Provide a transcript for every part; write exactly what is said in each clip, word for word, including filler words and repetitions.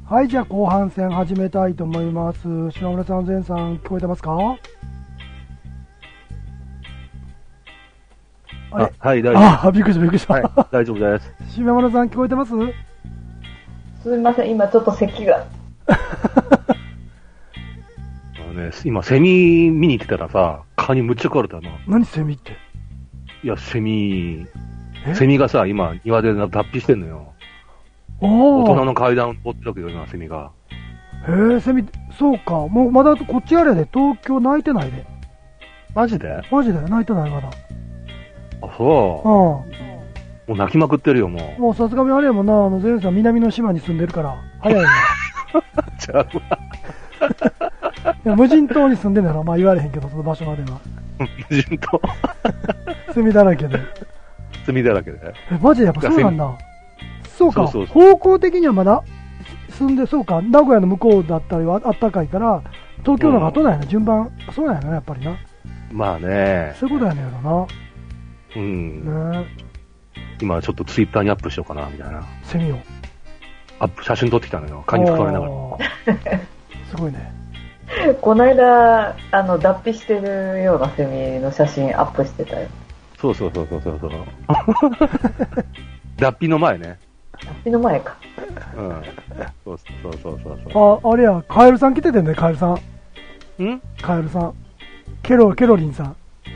はい、じゃあ後半戦始めたいと思います。島村さん、前さん、聞こえてますか？あれあ、はい、大丈夫。 あ、びっくりした、びっくりした。 はい、大丈夫です。 島村さん、聞こえてます？ すみません、今ちょっと咳が。 あのね、今、セミ見に行ってたらさ、蚊にむっちゃ食われたな。 何セミって？ いや、セミ、 えセミがさ、今、庭で脱皮してんのよ。 おー。 大人の階段を通ってるわけよ、今、セミが。 へえ、セミ、そうか。もうまだこっちあれで、東京泣いてないで。 マジで？ マジで泣いてないまだ。 あ、そう。 うん。 もう泣きまくってるよ、もう。 もうさすがにあれやもんな、あの、前さん南の島に住んでるから、早いね。 ちゃうわ。 いや無人島に住んでんだろ、まあ言われへんけど、その場所までは。 無人島。 セミだらけで。 セミだらけで。 え、マジでやっぱそうなんだ。そうか。 そうそうそう方向的にはまだ住んで、そうか。名古屋の向こうだったりはあったかいから、東京の方が後なんやな、順番。そうなんやな、やっぱりな。 まあね。 そういうことやねんやろうん。 な。ね今、ちょっとツイッターにアップしようかな、みたいな。 セミを。 アップ、写真撮ってきたのよ。蚊に食われながら。 おーすごいね。 この間、あの、脱皮してるようなセミの写真アップしてたよ。 そうそうそうそうそうそう。脱皮の前ね。 脱皮の前か。 うん。そうそうそうそうそあ、あれや、カエルさん来ててんね、カエルさん。 う。んカエルさん。ケロ、ケロリンさん。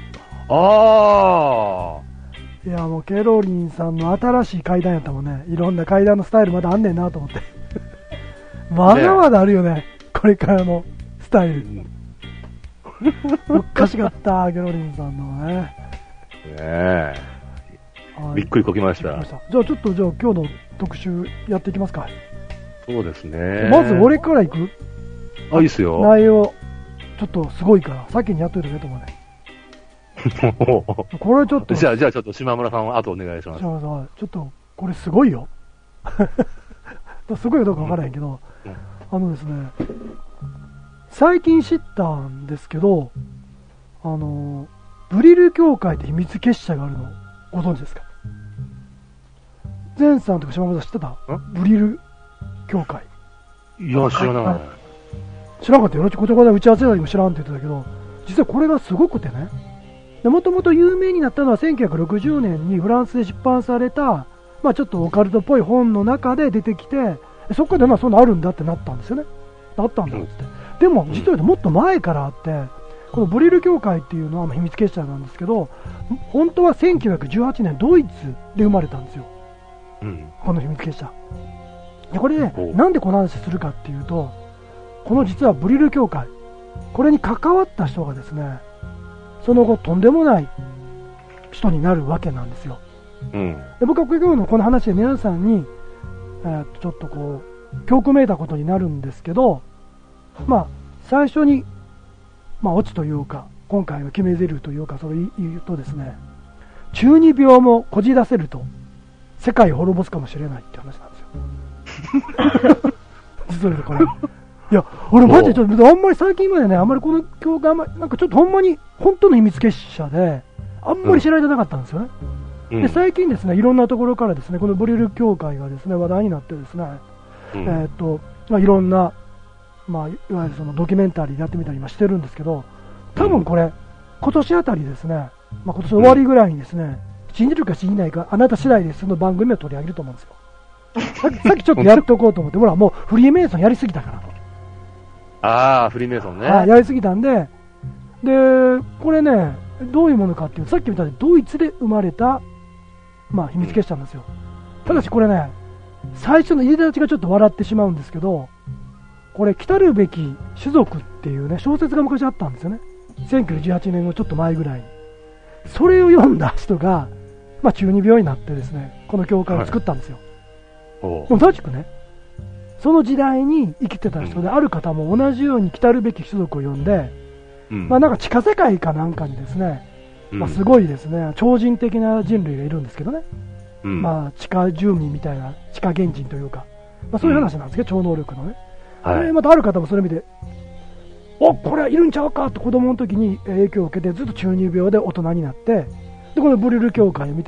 あいや、もうケロリンさんの新しい階段やったもんね。いろんな階段のスタイルまだあんねんなと思って。まだまだあるよね。これからのスタイル。おかしかった、ケロリンさんのね。 ねえ。 はいびっくりこきました。 びっくりしたじゃあちょっと、じゃあ今日の特集やっていきますか。 そうですね。 まず俺から行くあ、いいっすよ。 内容、ちょっとすごいから、先にやっといてくれと思うね。これちょっと。 じゃあ、じゃあちょっと島村さんは後お願いします。 じゃあさ、ちょっと、これすごいよ。すごいかどうかわからへんけど、 うんあのですね、最近知ったんですけど、あの、ブリル協会って秘密結社があるの、ご存知ですか？前さんとか島村さん知ってた？ブリル協会。 いや、知らない。 知らなかったよ。こちらこちら打ち合わせの時も知らんって言ってたけど、実はこれがすごくてね、もともと有名になったのはせんきゅうひゃくろくじゅうねんにフランスで出版された、まあ、ちょっとオカルトっぽい本の中で出てきて、そこでまあそんなあるんだってなったんですよね。あったんだっつって。でも実は言うともっと前からあって、このブリル協会っていうのはまあ秘密結社なんですけど、本当はせんきゅうひゃくじゅうはちねんドイツで生まれたんですよ。 うん、 この秘密結社。でこれね、なんでこの話するかっていうと、この実はブリル協会、これに関わった人がですね、その後とんでもない人になるわけなんですよ。 うん、 で僕は今日のこの話で皆さんに、えー、とちょっとこう教訓めいたことになるんですけど、まあ最初に、まあ、オチというか今回の決め台詞というかそれを言うとですね、中二病もこじらせると世界を滅ぼすかもしれないって話なんですよ。実はこれいや俺マジでちょっとあんまり最近までね、あんまりこの教会あんまりなんかちょっとほんまに本当の秘密結社であんまり知られてなかったんですよね。うん、で最近ですね、いろんなところからですね、このブリル協会がですね話題になってですね、うん、えー、っとまあ、いろんな、まあ、いわゆるそのドキュメンタリーやってみたりもしてるんですけど、多分これ、うん、今年あたりですね、まあ、今年終わりぐらいにですね、うん、信じるか信じないかあなた次第でその番組を取り上げると思うんですよ。さっき、さっきちょっとやっておこうと思って、ほらもうフリーメイソンやりすぎたからと。 ああ、フリーメイソンね。 はい、やりすぎたんで、で、これね、どういうものかっていうと、さっき見たようにドイツで生まれた、まあ、秘密結社なんですよ。ただしこれね、最初の入れ立ちがちょっと笑ってしまうんですけど、これ、来たるべき種族っていうね、小説が昔あったんですよね。せんきゅうひゃくじゅうはちねんのちょっと前ぐらいに。それを読んだ人が、まあ、中二病になってですね、この教会を作ったんですよ。はい、同じくね、その時代に生きてた人である方も同じように来たるべき種族を呼んで、うん、まあなんか地下世界かなんかにですね、うん、まあすごいですね、超人的な人類がいるんですけどね、うん、まあ地下住民みたいな地下原人というか、まあそういう話なんですけど、うん、超能力のね。はい、でまたある方もそれ見て、おこれはいるんちゃうかって子供の時に影響を受けてずっと中二病で大人になって、でこのブリル教会を見て、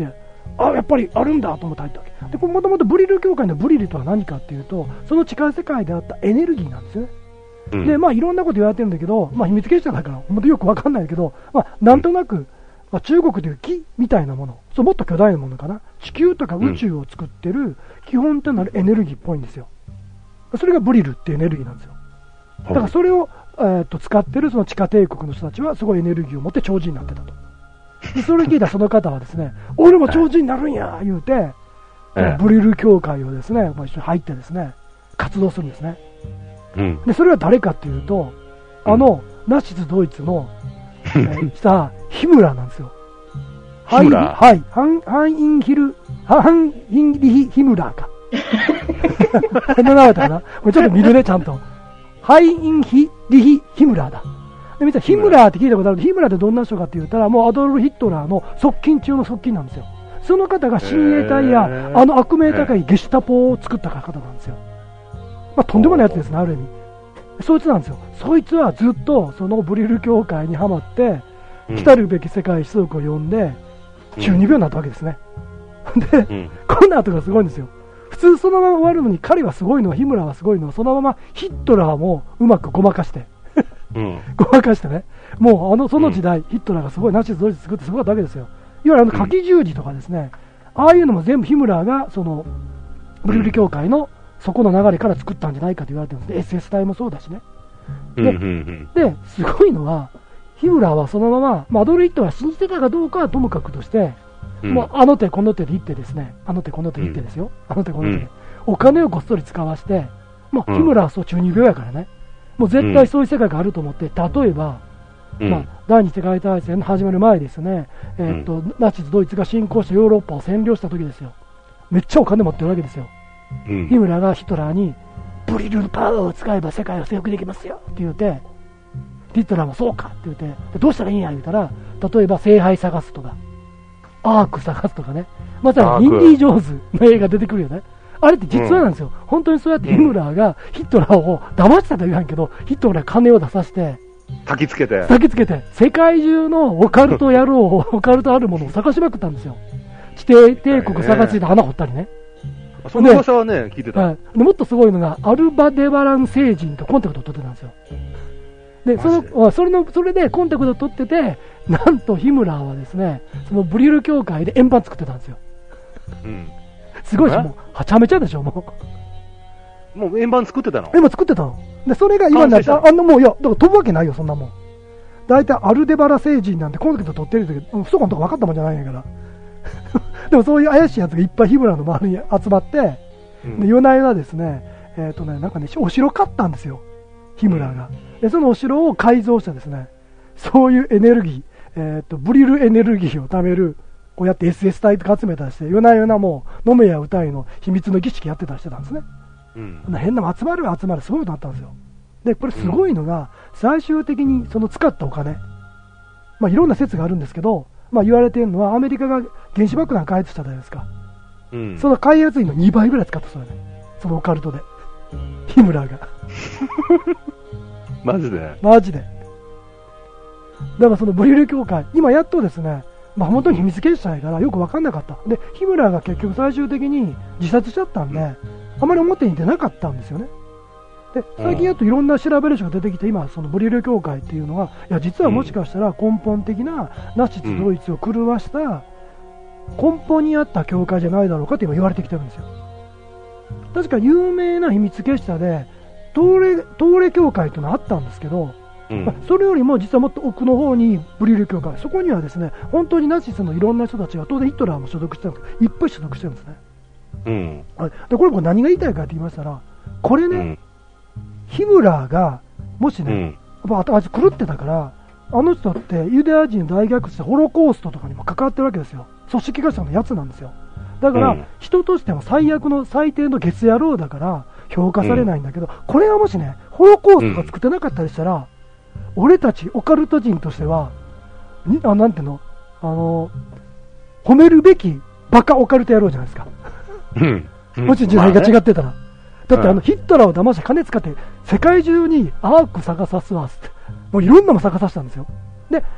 あ、やっぱりあるんだと思って入ったわけで、これもともとブリル教会のブリルとは何かっていうと、その地下世界であったエネルギーなんですよね。うん、で、まあいろんなこと言われてるんだけど、まあ秘密結社だから本当よくわかんないけど、まあなんとなく、うんまあ、中国でいう木みたいなもの、そうもっと巨大なものかな、地球とか宇宙を作ってる基本となるエネルギーっぽいんですよ。それがブリルっていうエネルギーなんですよ。だからそれを、えー、と使ってるその地下帝国の人たちはすごいエネルギーを持って超人になってたと。でそれを聞いたその方はですね、俺も超人になるんや言うて、そのブリル教会をですね、まあ、一緒に入ってですね、活動するんですね。うん、でそれは誰かっていうと、あの、うん、ナチスドイツの、えー、したヒムラーなんですよ。 ヒムラーはい、ハン、ハンインヒル、ハンインリヒ、ヒムラーか。名前だかなこれちょっと見るね、ちゃんと。ハイインヒリヒ、ヒムラーだ。で、見たヒムラーって聞いたことあるんで、ヒムラーってどんな人かって言ったら、もうアドルフ・ヒットラーの側近中の側近なんですよ。その方が親衛隊や、あの悪名高いゲシュタポを作った方なんですよ。まあ、とんでもないやつですね、ある意味。そいつなんですよ。そいつはずっとそのブリル教会にはまって、来たるべき世界種族を呼んで、中二病になったわけですね。で、うん、この後がすごいんですよ。普通そのまま終わるのに、彼はすごいのは、ヒムラーはすごいのは、そのままヒットラーもうまくごまかして、うん、ごまかしてね、もうあのその時代、うん、ヒットラーがすごいナチスドイツ作ってすごかったわけですよ。いわゆるあの火器十字とかですね、うん、ああいうのも全部ヒムラーがそのブリル教会のそこの流れから作ったんじゃないかと言われてるんです。エスエス 隊もそうだしね。で、うんうんうん、ですごいのは、ヒムラーはそのまま、まあ、アドルフ・ヒットラー信じてたかどうかはともかくとして、うん、もうあの手この手で言ってですね、あの手この手で言ってですよ、うん、あの手この手で、うん、お金をこっそり使わして、まあ、ヒムラーはそう中二病やからね、もう絶対そういう世界があると思って、例えば、うんまあ、第二次世界大戦の始まる前ですね、えーっとうん、ナチス・ドイツが侵攻してヨーロッパを占領した時ですよ、めっちゃお金持ってるわけですよ、うん、ヒムラーがヒトラーに、ブリルのパワーを使えば世界を征服できますよって言うて、ヒトラーもそうかって言って、どうしたらいいんや言うたら、例えば聖杯探すとか、アーク探すとかね、まさにインディ・ジョーンズの映画出てくるよね。あれって実はなんですよ、うん、本当にそうやってヒムラーがヒトラーを騙したと言わんけど、ヒトラー金を出させて、 焚きつけて、 焚きつけて、世界中のオカルト野郎を、オカルトあるものを探しまくったんですよ。地底帝国探して穴掘ったりね。 その噂はね、聞いてた、 はいで。もっとすごいのが、アルバデバラン星人とコンタクトを取ってたんですよ。で、その、それの、それでコンタクトを取ってて、なんとヒムラーはですね、そのブリル教会で円盤作ってたんですよ。うん。すごいでしょ、もう、はちゃめちゃでしょ、もう。もう円盤作ってたの？ 円盤作ってたの。で、それが今になった、あのもう、いや、だから飛ぶわけないよ、そんなもん。大体アルデバラ星人なんてコンタクト取ってるけど、そこのとこ分かったもんじゃないんやから。でもそういう怪しいやつがいっぱいヒムラーの周りに集まって、うん、で夜な夜なですね、えっとね、なんかね、お城買ったんですよ、ヒムラーが。で、そのお城を改造してですね、そういうエネルギー、えっと、ブリルエネルギーを貯める、こうやって エスエス 隊とか集めたりして、夜な夜なもう、飲めや歌いの秘密の儀式やってたりしてたんですね。うん、変なも集まる集まる、すごいことになったんですよ。で、これすごいのが、最終的にその使ったお金、まあいろんな説があるんですけど、まあ言われてるのは、アメリカが原子爆弾開発したじゃないですか。うん、その開発費のにばいぐらい使ったそうだね。そのオカルトで。ヒムラーが。 マジでマジで。だからそのブリル教会、今やっとですね、まあ本当に秘密結社やからよく分かんなかった。で、ヒムラーが結局最終的に自殺しちゃったんで、うん、あまり表に出なかったんですよね。で、最近やっといろんな調べる人が出てきて、今、そのブリル教会っていうのが、いや、実はもしかしたら根本的なナチスドイツを狂わした根本にあった教会じゃないだろうかって今言われてきてるんですよ。確か有名な秘密結社で、東レ、東レ教会というのはあったんですけど、うんまあ、それよりも実はもっと奥の方にブリル教会、そこにはですね、本当にナチスのいろんな人たちが、当然ヒトラーも所属してるんですけど、いっぱい所属してるんですね。うん、でこれ僕何が言いたいかって言いましたら、これね、うんヒムラーがもしね、うん、あいつ狂ってたから、あの人ってユダヤ人大虐殺、ホロコーストとかにも関わってるわけですよ、組織化者のやつなんですよ。だから、うん、人としても最悪の最低のゲス野郎だから評価されないんだけど、うん、これがもしね、ホロコーストが作ってなかったりしたら、うん、俺たちオカルト人としては、にあなんていうの、あの褒めるべきバカオカルト野郎じゃないですか、うんうん、もし時代が違ってたら。まあねだってあのヒットラーを騙して金使って世界中にアーク探さすわってもういろんなも探させたんですよ。で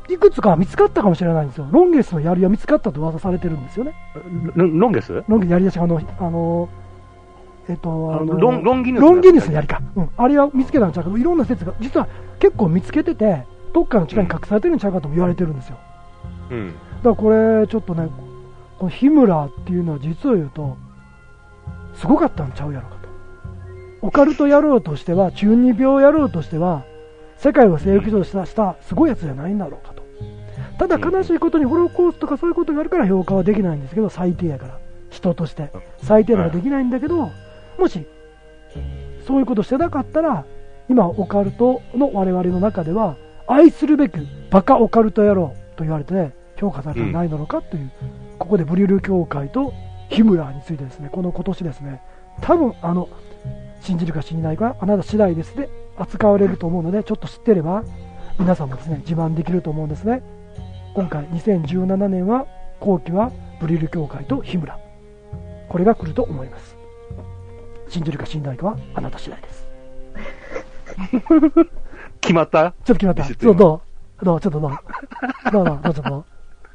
いくつか見つかったかもしれないんですよ。ロンゲスの槍は見つかったと噂されてるんですよね。 ロロンゲスロンゲス槍出し、あの、あの、えっと、あのロンロンギヌスロンギヌスの槍か。うん。あれは見つけたんちゃうか。いろんな説が、実は結構見つけてて、どっかの地下に隠されてるんちゃうかとも言われてるんですよ。 うん。 だからこれ、ちょっとね、このヒムラーっていうのは実を言うと、すごかったんちゃうやろかと。オカルト野郎としては、中二病野郎としては、世界を征服としたしたすごいやつじゃないんだろうかと。ただ悲しいことにホロコーストとかそういうことがあるから評価はできないんですけど、最低やから。人として。最低ならできないんだけど、もし、そういうことしてなかったら、今、オカルトの我々の中では、愛するべくバカオカルト野郎と言われて、ね、評価されてないだろうかという、うん、ここでブリル教会とヒムラーについてですね、この今年ですね、多分あの、信じるか信じないかあなた次第ですで扱われると思うので、ちょっと知ってれば皆さんもですね、自慢できると思うんですね。今回にせんじゅうななねんは、後期はブリル教会とヒムラー。これが来ると思います。信じるか信じないかはあなた次第です。 決まった？ ちょっと決まった。どうどうどうちょっとどうどうどうどうちょっと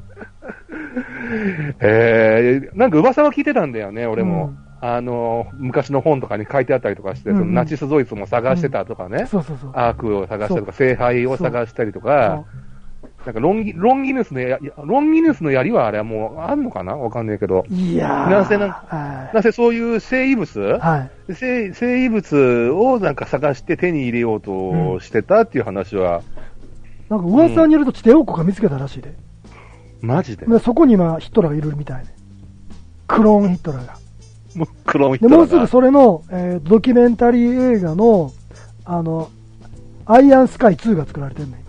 えー、なんか噂は聞いてたんだよね、俺も。 うんあの、昔の本とかに書いてあったりとかして、 うんうん、 そのナチスドイツも探してたとかね、 うん、そうそうそうアークを探したりとか、聖杯を探したりとか、なんかロンギ、ロンギヌスのや、ロンギヌスの槍はあれはもうあんのかなわかんないけど。 いやー。 なんせなんか、なんせそういう生物、 はい、 生、生物をなんか探して手に入れようとしてたっていう話は。 うん、なんか噂によると地底王国が見つけたらしいで。 マジで？ でそこに今ヒットラーがいるみたいで。クローンヒットラーが。 もうクローンヒットラーが。 で、もうすぐそれの、えー、ドキュメンタリー映画の、あの、アイアンスカイツーが作られてるね、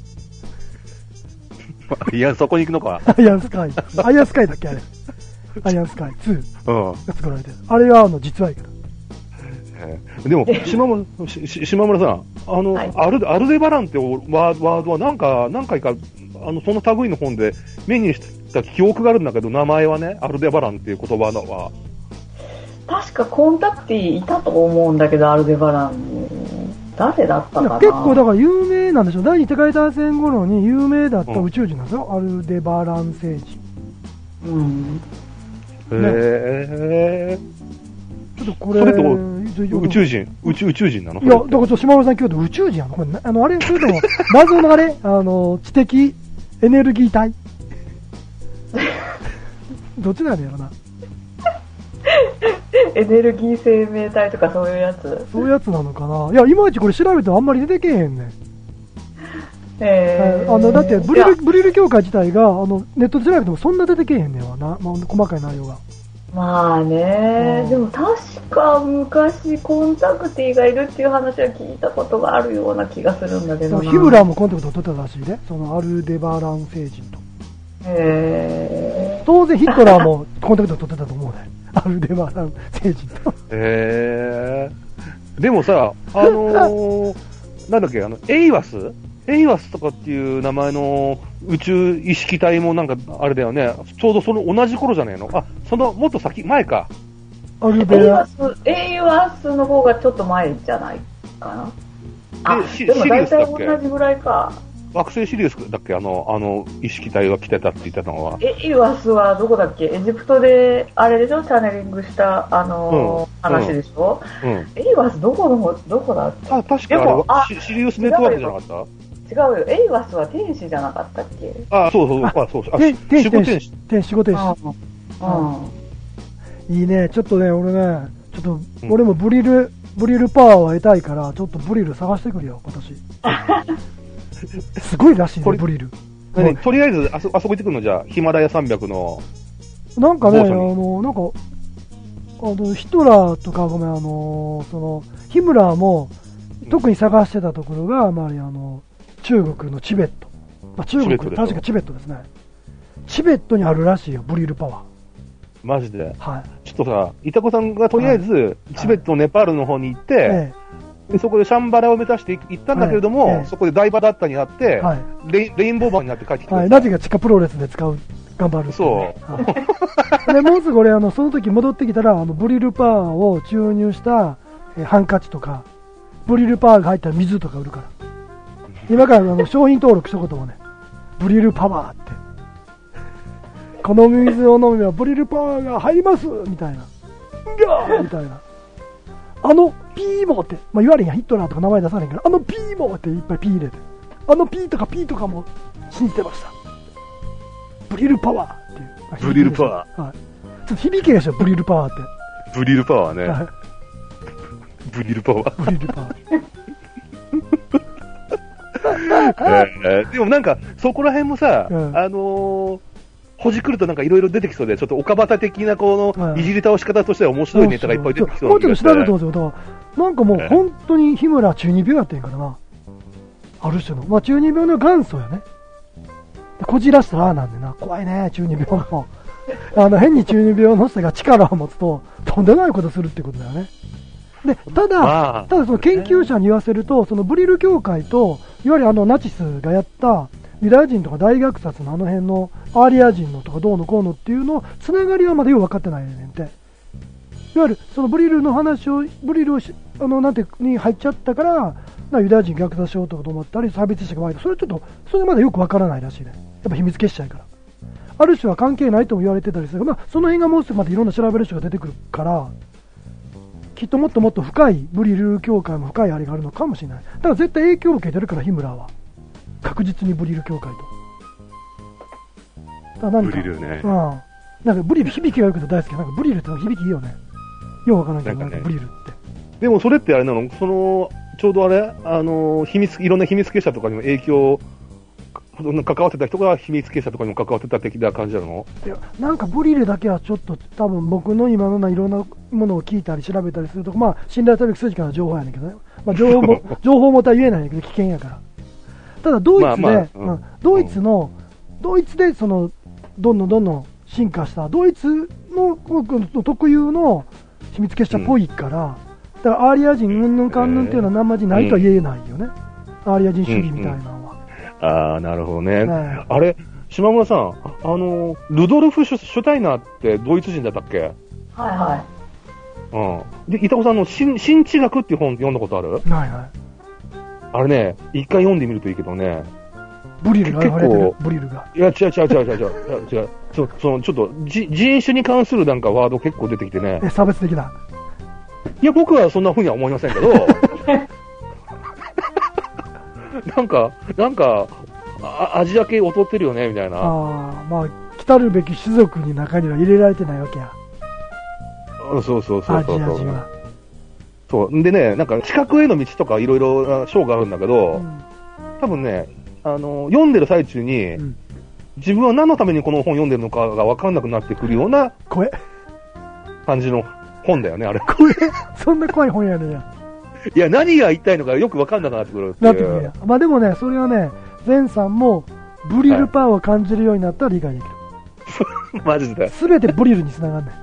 いや、そこに行くのか。 アイアンスカイ。アイアンスカイだっけあれ。アイアンスカイツーが作られてる。あれはあの、実はやけど。 でも、島村、島村さん、あの、はい、アル、アルデバランってワードはなんか、何回か、あの、その類の本で目にした記憶があるんだけど、名前はね、アルデバランっていう言葉は。 確かコンタクティいたと思うんだけど、アルデバラン。誰だったかな。 結構だから有名なんでしょ。第二次世界大戦頃に有名だった宇宙人なんですよ、うん、アルデバラン星人。 うん。 へ、ね、 ちょっとこれ、 それと宇宙人宇宙宇宙人なの？ いや、だからちょっと島村さん今日で宇宙人やのこれ、あの、あれ、それとも、謎のあれ、あの、知的エネルギー体どっちなんやろな。 エネルギー生命体とかそういうやつそういうやつなのかな。いや、いまいちこれ調べてもあんまり出てけえへんねん。 えー、 あの、だってブリル、ブリル協会自体が、あの、ネットで調べてもそんな出てけえへんねんわな。まあ、細かい内容が。 まあね、うん、でも確か昔コンタクティがいるっていう話は聞いたことがあるような気がするんだけどな。 ヒムラーもコンタクトを取ったらしいね。そのアルデバラン星人と。 へー。 当然ヒットラーもコンタクトを取ってたと思うね。アルデバラン星人と。 へー。でもさ、あのー、なんだっけ、あの、エイワスエイワスとかっていう名前の宇宙意識体もなんか、あれだよね、ちょうどその同じ頃じゃねえの？あ、そのもっと先、前か。 アルベラ。 エイワスの方がちょっと前じゃないかな。あ、でも大体同じぐらいか。 惑星シリウスだっけ、あの、あの、意識体が来てたって言ってたのは。 エイワスはどこだっけ？エジプトで、あれでしょ？チャネリングした、あのーうん、話でしょ？うん。エイワスどこの、どこだっけ？ あ、確かあれシリウスネットワークじゃなかった？ 違うよ。エイワスは天使じゃなかったっけ？ あ、そうそう、あ、そうそう。 天使、 守護天使。 天使、守護天使。うん。いいね。ちょっとね、俺ね、ちょっと、うん、俺もブリル、ブリルパワーを得たいから、ちょっとブリル探してくるよ、今年。すごいらしいね、ブリル。 とりあえず、あそ、あそこ行ってくるのじゃあ、ヒマラヤ山脈の。 なんかね、あの、なんか、あの、ヒトラーとか、ごめん、あの、その、ヒムラーも、特に探してたところが、まあ、あの、中国のチベット。まあ、中国、確かチベットですね。チベットにあるらしいよ、ブリルパワー。 マジで？ はい。 ちょっとさ、イタコさんがとりあえず、はい、チベット、ネパールの方に行って、はいでそこでシャンバラを目指して行ったんだけれども、はい、そこで大バダッタになって、はい、レイ、レインボーバーになって帰ってきて、 はい、なぜか地下プロレスで使う、頑張る、ね。 そう。 で、もうすぐ俺、あの、その時戻ってきたら、あの、ブリルパワーを注入した、えハンカチとか、ブリルパワーが入った水とか売るから。今からあの商品登録したこともね、 ブリルパワーって。この水を飲めばブリルパワーが入りますみたいな。ガーみたいな。あのピーボーって、まあ、言われんやヒットラーとか名前出さないから、あのピーボーっていっぱいピー入れて。あのピーとかピーとかも信じてました。ブリルパワーっていう。 ブリルパワー。はい。ちょっと響きがしょ、ブリルパワーって。 ブリルパワーね。 はい、 ブリルパワー。 ブリルパワー。 えー、でもなんか、そこら辺もさ、うん、あのー、ほじくるとなんかいろいろ出てきそうで、ちょっと岡端的なこのいじり倒し方としては面白いネタがいっぱい出てきそうな気がして。 もうちょっと調べてますよ。だからなんかもう本当に日村中二病やってんからな。ある種の。まあ中二病の元祖やね。こじらしたらああなんでな。怖いね、中二病も。あの変に中二病の人が力を持つと、とんでもないことするってことだよね。で、ただ、まあ、ただその研究者に言わせると、そのブリル協会と、いわゆるあのナチスがやったユダヤ人とか大虐殺のあの辺のアーリア人のとかどうのこうのっていうのつながりはまだよく分かってないねんて。いわゆるそのブリルの話を、ブリルをあのなんてに入っちゃったから、ユダヤ人虐殺しようとかと思ったり、差別者が湧いた。それちょっと、それまだよく分からないらしいね。やっぱ秘密結社やから。ある種は関係ないとも言われてたりするけど、まあ、その辺がもうすぐまたいろんな調べる人が出てくるから、きっともっともっと深いブリル協会も深いあれがあるのかもしれない。だから絶対影響を受けてるから、日村は。確実にブリル協会と。だ何かブリルね。うん。なんかブリル響きが良くて大好き。なんかブリルって響きいいよね。よくわからないけど、なんかブリルって。 でもそれってあれなの、その、ちょうどあれ、あの、秘密、いろんな秘密結社とかにも影響、関わってた人が秘密結社とかにも関わってた的な感じなの？ いや、なんかブリルだけはちょっと多分僕の今のいろんなものを聞いたり調べたりすると、まあ信頼される筋からの情報やねんけどね。まあ情報も、情報もた言えないんやけど危険やから。ただドイツで、まあまあうんうん、ドイツの、ドイツでその、どんどんどんどん進化した、ドイツの特有の秘密結社っぽいから、うん、だからアーリア人うんぬんかんぬんっていうのは生地ないとは言えないよね。うん、アーリア人主義みたいなのは。うんうん、 ああ、なるほどね。ねあれ、島村さん、あの、ルドルフ・シュシュタイナーってドイツ人だったっけ？はいはい。 うん。で、板子さんの新、新地学っていう本読んだことある？ はいはい。 あれね、一回読んでみるといいけどね。 ブリルが結構、ブリルが。 いや、違う違う違う違う違う。違う。そその、ちょっと、じ、人種に関するなんかワード結構出てきてね。 え、差別的な。 いや、僕はそんな風には思いませんけど。なんか、なんか、あアジア系劣ってるよね、みたいな。 ああ、まあ、来たるべき種族に中には入れられてないわけや。 そうそうそうそう。 アジア人は。 そう。でね、なんか、資格への道とかいろいろ章があるんだけど、うん、多分ね、あの、読んでる最中に、うん、自分は何のためにこの本読んでるのかが分かんなくなってくるような、 怖い。 感じの本だよね、あれ。 怖い。そんな怖い本やねんや。 いや、何が言いたいのかよく分かんなくなってくるって。 なってくるや。まあでもね、それはね、ゼンさんもブリルパワーを感じるようになったら理解できる。 はい、マジで。 すべてブリルに繋がんね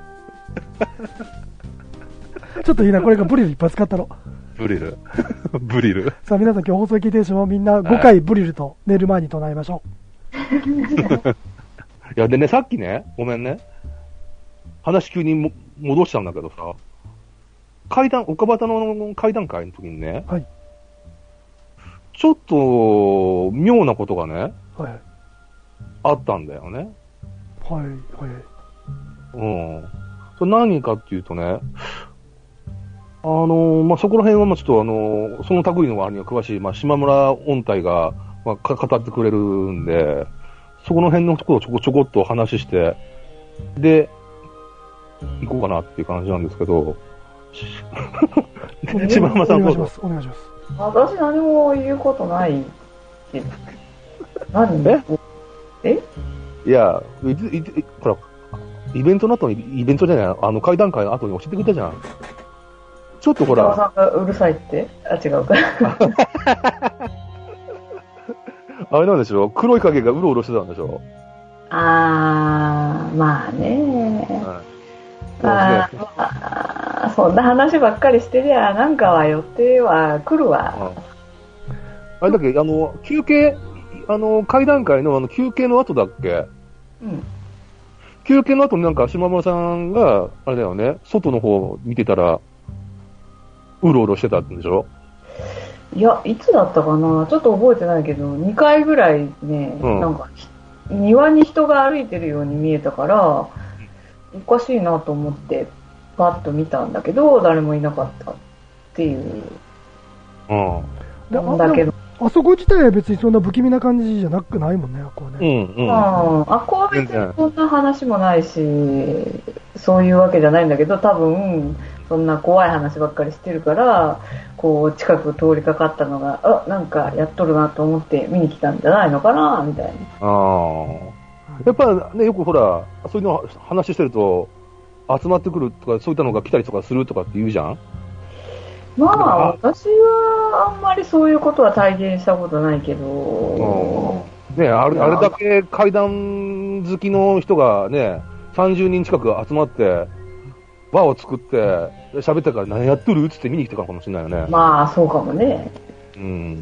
ん。ちょっといいな、これがブリルいっぱい使ったろ。 ブリルブリルさあ皆さん今日放送聞いてる人もみんなごかいブリルと寝る前に唱えましょう。 いや、でね、さっきね、ごめんね。話急にも戻したんだけどさ、階段、岡端の階段階の時にね、はい、ちょっと妙なことがね、はい、あったんだよね。 はい、はい。 うん。それ何かっていうとね、あのー、まあ、そこら辺はまあちょっとあのー、その類の割には詳しい、まあ、島村音体が、まあ、か語ってくれるんで、そこの辺のところをちょこちょこっと話して、で、行こうかなっていう感じなんですけど、島村さんどうぞ。 お願いします。 私何も言うことないけど。何ええいや、いいいほら、イベントの後に、イベントじゃない、あの、会談会の後に教えてくれたじゃん。ちょっとほら。 北川さんがうるさいってあ、違うか。 あれなんでしょ、黒い影がうろうろしてたんでしょ。 あー、まあね。はい、あー、まあ、そんな話ばっかりしてりゃ、なんかは予定は来るわ。 あれだっけ、あの、休憩、あの、会談会のあの休憩の後だっけ。うん。休憩の後になんか島村さんが、あれだよね、外の方見てたら、うろうろしてたんでしょ。 いや、いつだったかな、ちょっと覚えてないけど、にかいぐらいね、うん、なんか、庭に人が歩いてるように見えたから、おかしいなと思って、パッと見たんだけど、誰もいなかったっていう。 うん。 なんだけど。 あそこ自体は別にそんな不気味な感じじゃなくないもんね、あこはね。 うんうん。 あこは別にそんな話もないし、そういうわけじゃないんだけど、多分、そんな怖い話ばっかりしてるから、こう、近く通りかかったのが、あ、なんかやっとるなと思って見に来たんじゃないのかな、みたいな。 ああ。やっぱね、よくほら、そういうの話してると、集まってくるとか、そういったのが来たりとかするとかって言うじゃん。 まあ、私はあんまりそういうことは体現したことないけど、 ね、あれ、あれだけ階段好きの人がね、さんじゅうにん近く集まって、輪を作って、喋ってから何やっとるっつって見に来てたかもしれないよね。 まあ、そうかもね。 うん。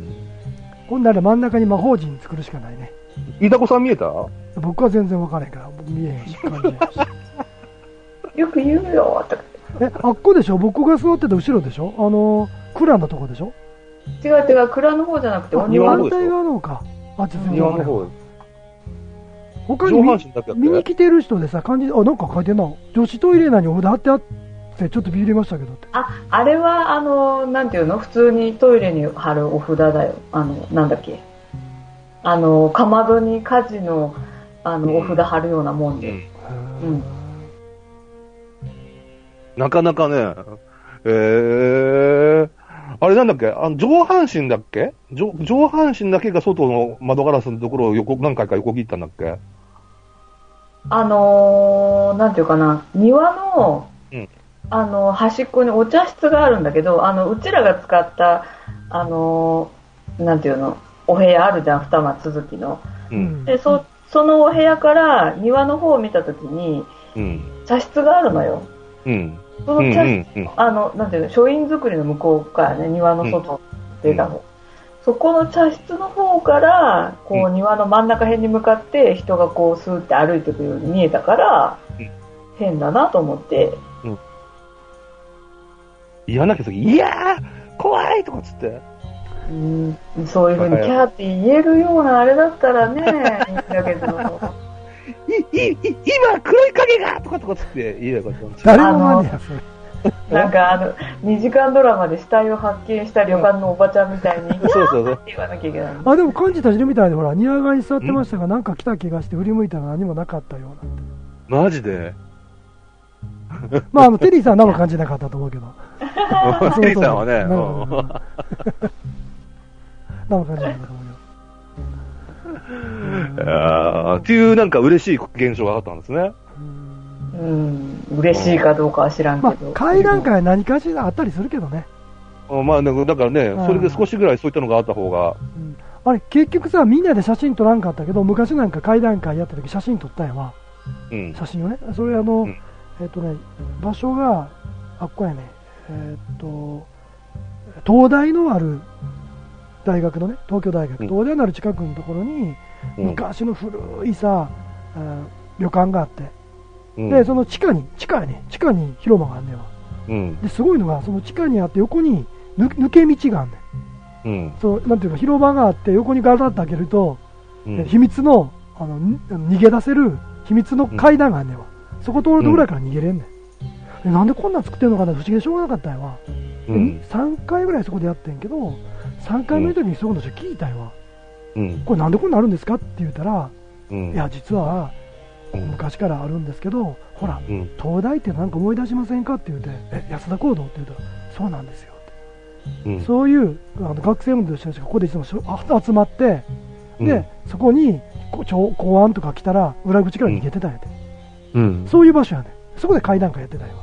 ほんなら真ん中に魔法陣作るしかないね。 飯田子さん見えた？ 僕は全然わからへんから、僕見えへんし、感じへんし。 よく言うよ、とか。 え、あっこでしょ？僕が座ってた後ろでしょ？あの、蔵のとこでしょ？ 違う違う、蔵の方じゃなくて、 お庭の方。反対側の方か。あ、全然庭の方。 他に 見, 見に来てる人でさ、感じ、あ、なんか書いてんな。女子トイレ内にお札貼ってあって、ちょっとビビりましたけどって。 あ、あれは、あの、なんていうの？普通にトイレに貼るお札だよ。あの、なんだっけ。あの、かまどに火事の、あの、お札貼るようなもんで。うん。うん、 なかなかね、えー、あれなんだっけ、あの上半身だっけ 上, 上半身だけが外の窓ガラスのところを横何回か横切ったんだっけ。 あのー、なんていうかな、庭の、 うん、 あの、端っこにお茶室があるんだけど、あの、うちらが使った、あのー、なんていうの、お部屋あるじゃん、二間続きの。うん、で、そ、そのお部屋から庭の方を見たときに、うん、茶室があるのよ。うん。その茶室、うんうんうん、あの、なんていうの、書院造りの向こうからね、庭の外出た方、うん、そこの茶室の方から、こう、庭の真ん中辺に向かって人がこう、スーって歩いていくように見えたから、うん、変だなと思って。うん。 言わなきゃいやー怖いとかっつって。 うん、そういう風にキャーって言えるようなあれだったらね、いいんだけど。 い、い、い、今黒い影がとかとかつって言えばよかった。 誰もマニアそれ。 なんかあのにじかんドラマで死体を発見した旅館のおばちゃんみたいに、うん、そうそうそうって言わなきゃいけない。 あ、でも幹事たちるみたいでほら庭側に座ってましたが、なんか来た気がして振り向いたら何もなかったようなんて。 マジで？ まああのテリーさんは何も感じなかったと思うけど。 テリーさんはね、 何も感じなかったと思うけど。 あっていうなんか嬉しい現象があったんですね。 うん、嬉しいかどうかは知らんけど。 まあ、階段階何かしらあったりするけどね。 まあ、だからね、それで少しぐらいそういったのがあった方が。 うん、あれ、結局さ、みんなで写真撮らんかったけど、昔なんか階段階やった時写真撮ったんやわ。うん、写真をね。それあの、うん、えっとね、場所が、あっこやね、えー、っと、東大のある大学のね、東京大学、うん、東大のある近くのところに、昔の古いさ、うん、旅館があって、うん、で、その地下に、地下やね、地下に広場があんねんわ。うん、ですごいのが、その地下にあって横に抜け道があんねん。うん、そう、なんていうか広場があって横にガラッと開けると、うん、秘密の、あの、逃げ出せる秘密の階段があんねんわ。うん、そこ通るとぐらいから逃げれんねん。でなんでこんなん作ってんのかな不思議でしょうがなかったんやわ。うん、さんかいぐらいそこでやってんけど、さんかいめの時にそういうの聞いたんやわ。うん、これなんでこんなあるんですかって言ったら、うん、いや実は昔からあるんですけど、ほら、うん、東大ってなんか思い出しませんかって言うて、え安田講堂って言うとそうなんですよって、うん、そういうあの学生運動の人たちがここでいつも集まって、うん、でそこに公安とか来たら裏口から逃げてたんやて、うん、そういう場所やね。そこで階段階やってたんやわ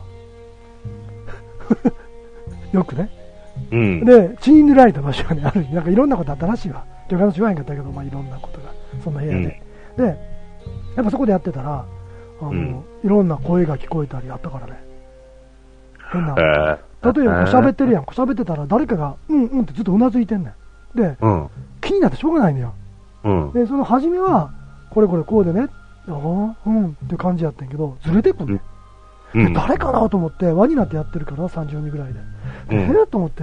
よくね、うん、で血に塗られた場所がねある。なんかいろんなことあったらしいわ。旅館の知らへんかったけど、まあ、いろんなことがそんな部屋で、うん、でやっぱそこでやってたらあの、うん、いろんな声が聞こえたりあったからね。変な、えー、例えば喋ってるやん、喋ってたら誰かがうんうんってずっとうなずいてんねん。で、うん、気になってしょうがないのよ、うん、でその初めはこれこれこうでね、あうんっていう感じやったんやけどずれてくんねん、うん、誰かなと思って輪になってやってるからさんじゅうにんぐらいで、うん、えー、と思って、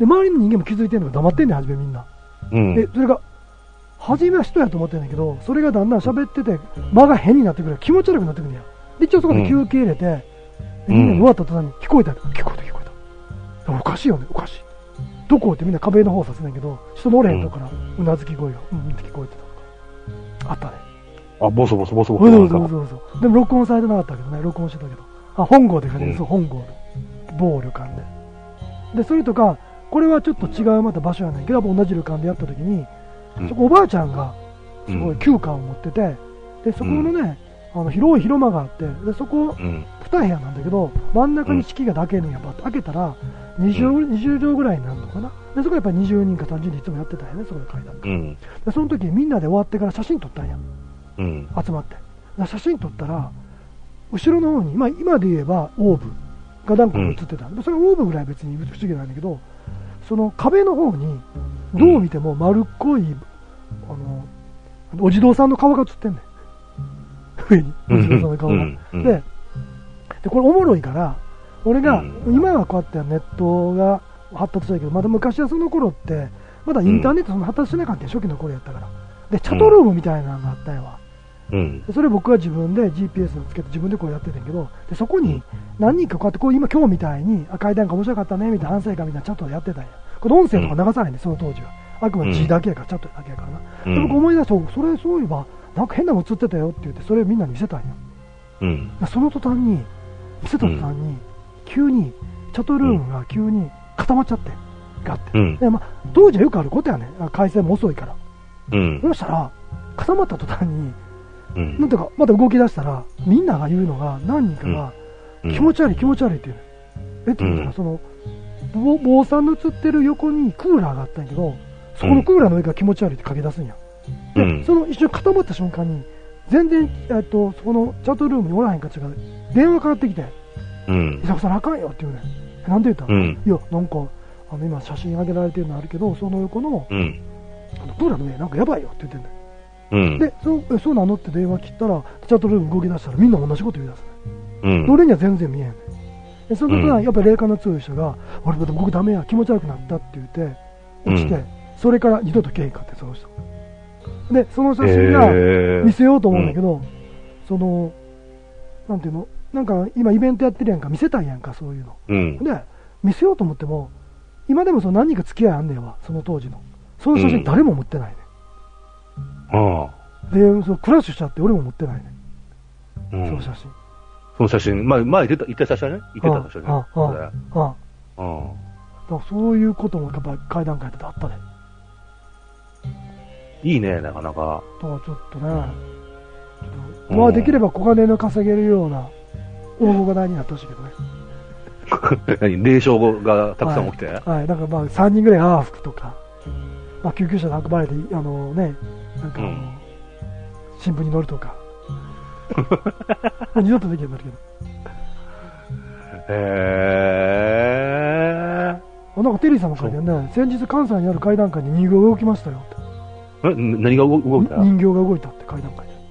で、周りの人間も気づいてんのが黙ってんねん、初めみんな。 うん。 で、それが、初めは人やと思ってんだけど、それがだんだん喋ってて、間が変になってくる。気持ち悪くなってくるんや。で、一応そこで休憩入れて、でみんなに終わった途端に聞こえた。聞こえた、聞こえた。おかしいよね、おかしい。どこってみんな壁の方させないけど、人のおれへんとこから、うなずき声が、うん、うんって聞こえてた。あったね。 あ、ボソボソボソボソ。 そうそうそうそう。でも録音されてなかったけどね、録音してたけど。あ、本郷で書いてる、そう、本郷で。某旅館で。で、それとか、これはちょっと違うまた場所やないけど、同じ旅館でやった時に、そこおばあちゃんが、すごい休暇を持ってて、で、そこのね、あの広い広間があって、で、そこ、に部屋なんだけど、真ん中に敷居がだけるんや、バッと開けたら、にじゅう、にじゅう畳ぐらいになるのかな。で、そこやっぱりにじゅうにんかさんじゅうにんいつもやってたんやね、そこで階段が。うん、で、その時みんなで終わってから写真撮ったんや。うん、集まって。写真撮ったら、後ろの方に、まあ今で言えばオーブが何個か映ってたんで、うん、それオーブぐらい別に不思議なんだけど、その壁の方に、どう見ても丸っこい、あの、お地蔵さんの顔が映ってんねん。上に、お地蔵さんの顔が。で、で、これおもろいから、俺が、今はこうやってネットが発達したけど、まだ昔はその頃って、まだインターネットそんな発達してなかったよ、初期の頃やったから。で、チャトルームみたいなのがあったよ。うん、でそれ僕は自分で ジーピーエス をつけて自分でこうやってたんやけど、でそこに何人かこうやってこう今今日みたいに階段が面白かったねみたいな反省会みたいなチャットでやってたんや。これ音声とか流さないんで、その当時は。あくまで字だけやから、チャットだけやからな。うん、で僕思い出して、それそういえば、なんか変なの映ってたよって言って、それをみんなに見せたんや。うん、その途端に、見せた途端に、急に、チャットルームが急に固まっちゃって、ガッて。うん、でまあ、当時はよくあることやね。回線も遅いから。うん、そしたら、固まった途端に、うん、なんていうか、また動き出したら、みんなが言うのが、何人かが、気持ち悪い、気持ち悪いって言うの。えって言ったら、その、坊さんの映ってる横にクーラーがあったんやけど、そこのクーラーの上から気持ち悪いって書き出すんや。で、うん、その一瞬固まった瞬間に、全然、えっと、そこのチャットルームにおらへんかちが、電話かかってきて、うん。伊作さんあかんよって言うねん。なんで言ったら、うん、いや、なんか、あの、今写真上げられてるのあるけど、その横の、うん、あのクーラーの上なんかやばいよって言ってんだよ。うん、で、そう、そうなのって電話切ったら、チャットルーム動き出したらみんな同じこと言い出すね。うん。俺には全然見えんね。で、その時はやっぱり霊感の強い人が、俺また僕ダメや、気持ち悪くなったって言って、落ちて、うん、それから二度と経過ってその人。で、その写真が見せようと思うんだけど、えー、その、なんていうの、なんか今イベントやってるやんか、見せたいやんか、そういうの。うん、で、見せようと思っても、今でもその何人か付き合いあんねんわ、その当時の。その写真誰も持ってないね。ああ。で、そのクラッシュしちゃって俺も持ってないね。うん、その写真。 その写真、前、前言ってた、言ってた写真ね言ってた写真ね。ああ、ああ、ああ。 だからそういうこともやっぱり階段階であったね。 いいね、なかなか。 だからちょっとね、うん、まあできれば小金の稼げるような大物代になってほしいけどね。 何霊障がたくさん起きて、はい、 はい、なんかまあさんにんぐらいアーフクとか、まあ救急車で運ばれて、あのね、なんかあの、うん、新聞に載るとか。二度とできるようになるけど。へー。なんかテリーさんも書いてるね、先日関西にある階段階に人形が動きましたよって。 え、何が動いた？ 人形が動いたって階段階で。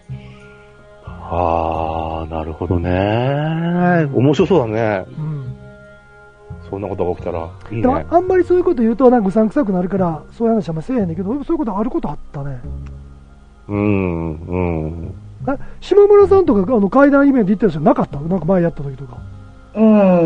あー、なるほどね、うん。面白そうだね。うん。そんなことが起きたらいいね。 あんまりそういうこと言うとなんかうさんくさくなるからそういう話はあんまりせえへんねんけど、そういうことあることあったね。うん、うん。え、島村さんとかあの階段イベント行ってる人なかった？なんか前やった時とか。 うん、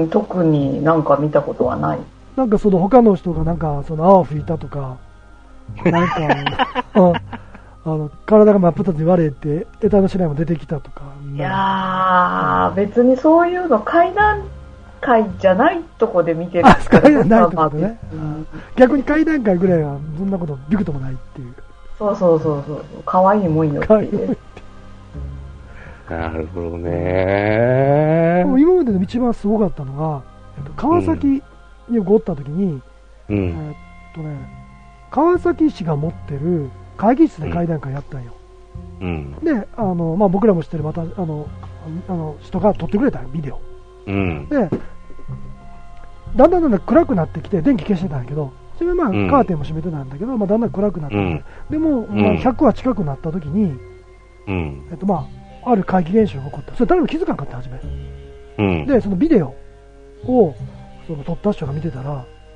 特になんか見たことはない。 なんかその他の人がなんかその泡吹いたとか、なんかあの体が真っ二つに割れて得体のしないも出てきたとか。 いやー、別にそういうの階段階じゃないとこで見てるから。 階段ないとこでね、うん。逆に階段階ぐらいはそんなことびくともないっていう。 そうそうそうそう、可愛いもんよっていう。 なるほどね。 今までで一番すごかったのが、えっと、川崎におった時に、うん、えっとね、川崎市が持ってる会議室で会談会やったんよ。うん、で、あの、まあ、僕らも知ってるまたあのあの人が撮ってくれたよビデオ。うん、で、だんだんだんだん暗くなってきて電気消してたんやけど、それまあ、うん、カーテンも閉めてたんだけど、まあ、だんだん暗くなって、うん、でも、まあ、ひゃくは近くなった時に、うん、えっとまあある怪奇現象が起こった。それ誰も気づかなかった初め、うん、でそのビデオをその撮った人が見てたら、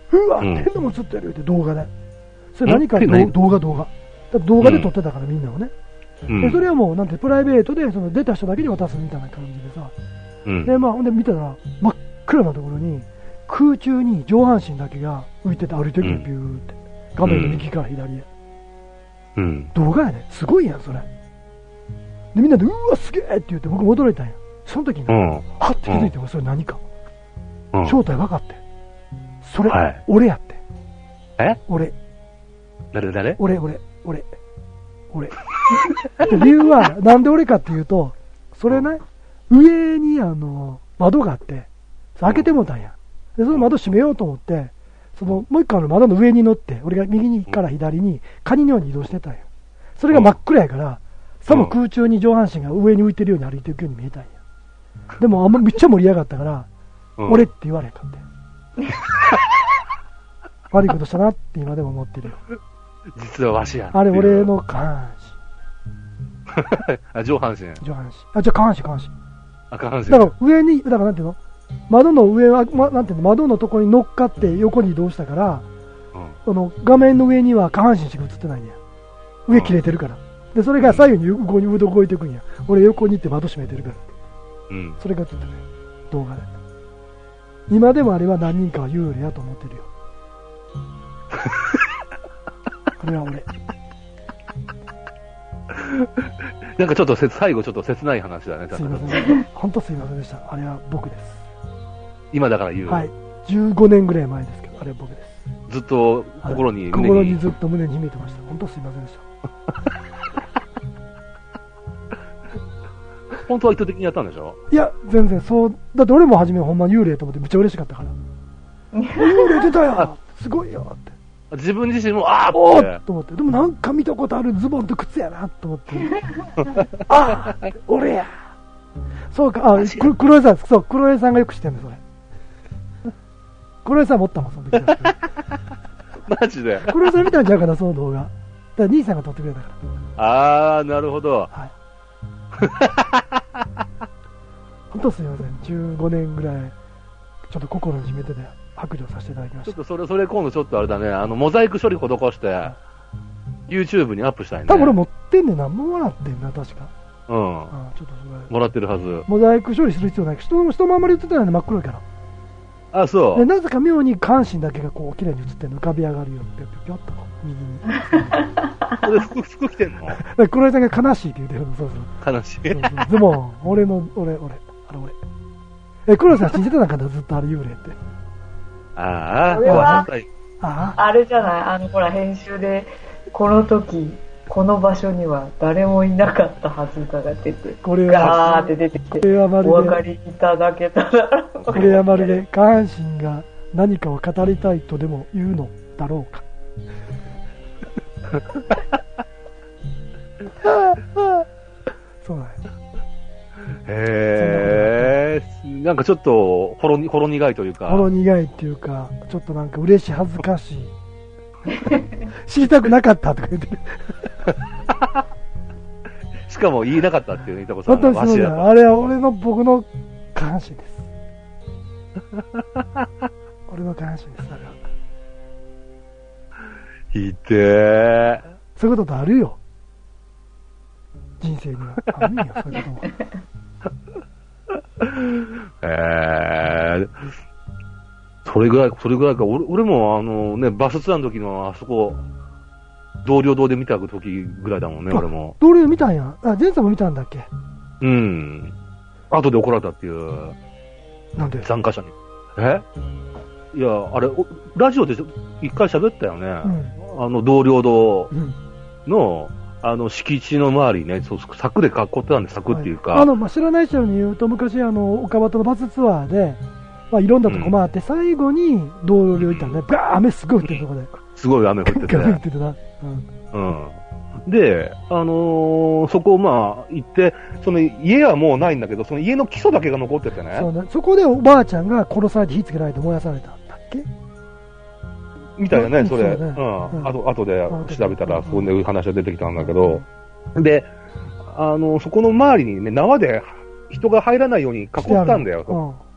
うわ、変なもん映ってるって動画で。それ何か動画動画。だ動画で撮ってたからみんなをね。うん、でそれはもうなんてプライベートでその出た人だけに渡すみたいな感じでさ。うん、でまあほんで見たら真っ暗なところに空中に上半身だけが浮いてて歩いてくるビューって画面の右から左へ。うん、動画やね。すごいやんそれ。でみんなでうわすげえって言って僕も驚いたんや。その時に、うん、はって気づいてもそれ何か、うん、正体分かって。それ、はい、俺やって。 え俺。 誰誰俺、俺、俺、俺。で理由は、なんで俺かっていうと、それね、上にあの、窓があって、開けてもうたんや。で、その窓閉めようと思って、その、もう一個の窓の上に乗って、俺が右から左に、カニのように移動してたんや。それが真っ暗やから、さも空中に上半身が上に浮いてるように歩いていくように見えたんや。でも、あんまめっちゃ盛り上がったから、俺って言われへんかって。悪いことしたなって今でも思ってるよ。 実はわしや。 あれ俺の下半身。あ、上半身。 上半身。あ、じゃあ下半身、下半身。 あ、下半身。 だから上に、だからなんていうの窓の上は、ま、なんていうの窓のところに乗っかって横に移動したから、うん、その画面の上には下半身しか映ってないんや。上切れてるから。で、それが左右に横に動いていくんや。俺横に行って窓閉めてるから。うん。それが映ってね、動画で。今でもあれは何人かは幽霊やと思ってるよ。これは俺。 なんかちょっと最後ちょっと切ない話だね。 すいません。本当すいませんでした。あれは僕です。 今だから言う。 はい。じゅうごねんぐらい前ですけど、あれは僕です。 ずっと心に、 はい、心にずっと胸に秘めてました。本当すいませんでした。 本当は意図的にやったんでしょ？ いや、全然そう。だって俺も初めほんま幽霊と思ってめっちゃ嬉しかったから。幽霊出たよすごいよって。 自分自身も、あーおーと思って。でもなんか見たことあるズボンと靴やなと思って。あー俺やそうか、あ、黒江さん、そう、黒江さんがよく知ってんだよ、それ。黒江さん持ったもん、その時は。 マジで黒江さん見たんちゃうかな、その動画。だから兄さんが撮ってくれたから。 あー、なるほど。はい。 本当すみません、じゅうごねんぐらい、ちょっと心に秘めてて白状させていただきました。 ちょっとそれ、それ今度ちょっとあれだね、あの、モザイク処理施して、YouTube にアップしたいね。 多分俺持ってんねんな、もらってんな、確か。 うん。あちょっとそれ。もらってるはず。 モザイク処理する必要ない。人、人もあんまり映ってないの真っ黒いから。 あ、そう。 で、なぜか妙に下半身だけがこう、綺麗に映ってんの、浮かび上がるよって、ぴょっとこう、右に。 それ服、服着てんの？ 黒井さんが悲しいって言ってるの、そうそう。悲しい。そうそうズボン、俺の、俺、俺、あれ俺。え、黒井さん信じてたんかな、ずっとあれ幽霊って。 ああ、 これは、 ああれじゃない、あの、ほら、編集で、この時、この場所には誰もいなかったはずかが出て、これはガーって出てきて、これはまるでお分かりいただけたら、 これはまるで下半身が何かを語りたいとでも言うのだろうか。そうなんや。 へー、なんかちょっとほろにほろ苦いというか、 ほろ苦いっていうか、ちょっとなんか嬉しい恥ずかしい。知りたくなかったとか言ってる。 しかも言いなかったっていうね、いたこさんのわしや。あれは俺の僕の下半身です。俺の下半身です。だから。 いてー。 そういうことってあるよ。人生には。あるんよ、そういうことも。 えー。それぐらい、それぐらいか。俺、俺もあのね、バスツアーの時のあそこ、同僚堂で見た時ぐらいだもんね、俺も。 同僚見たんや。あ、ジェンさんも見たんだっけ？ うん。後で怒られたっていう。 なんで？ 参加者に。え？いや、あれ、ラジオで一回喋ったよね。うん、あの、同僚堂の、うん、あの、敷地の周りね、そう柵で囲ってたんで、柵っていうか。はい、 あの、まあ、知らない人に言うと、昔、あの、岡端のバスツアーで、まあ、いろんなとこ回って、うん、最後に同僚いたんで、バー雨すごい降ってるとこで。 すごい雨降ってて。 降っててな。 うん。うん。で、あのー、そこをまあ行って、その家はもうないんだけど、その家の基礎だけが残っててね。 そうね。そこでおばあちゃんが殺されて火つけられて燃やされたんだっけみたいなね、それ。うね、うん。あと、あとで調べたら、そこで話が出てきたんだけど、うん、で、あの、そこの周りにね、縄で人が入らないように囲ったんだよ。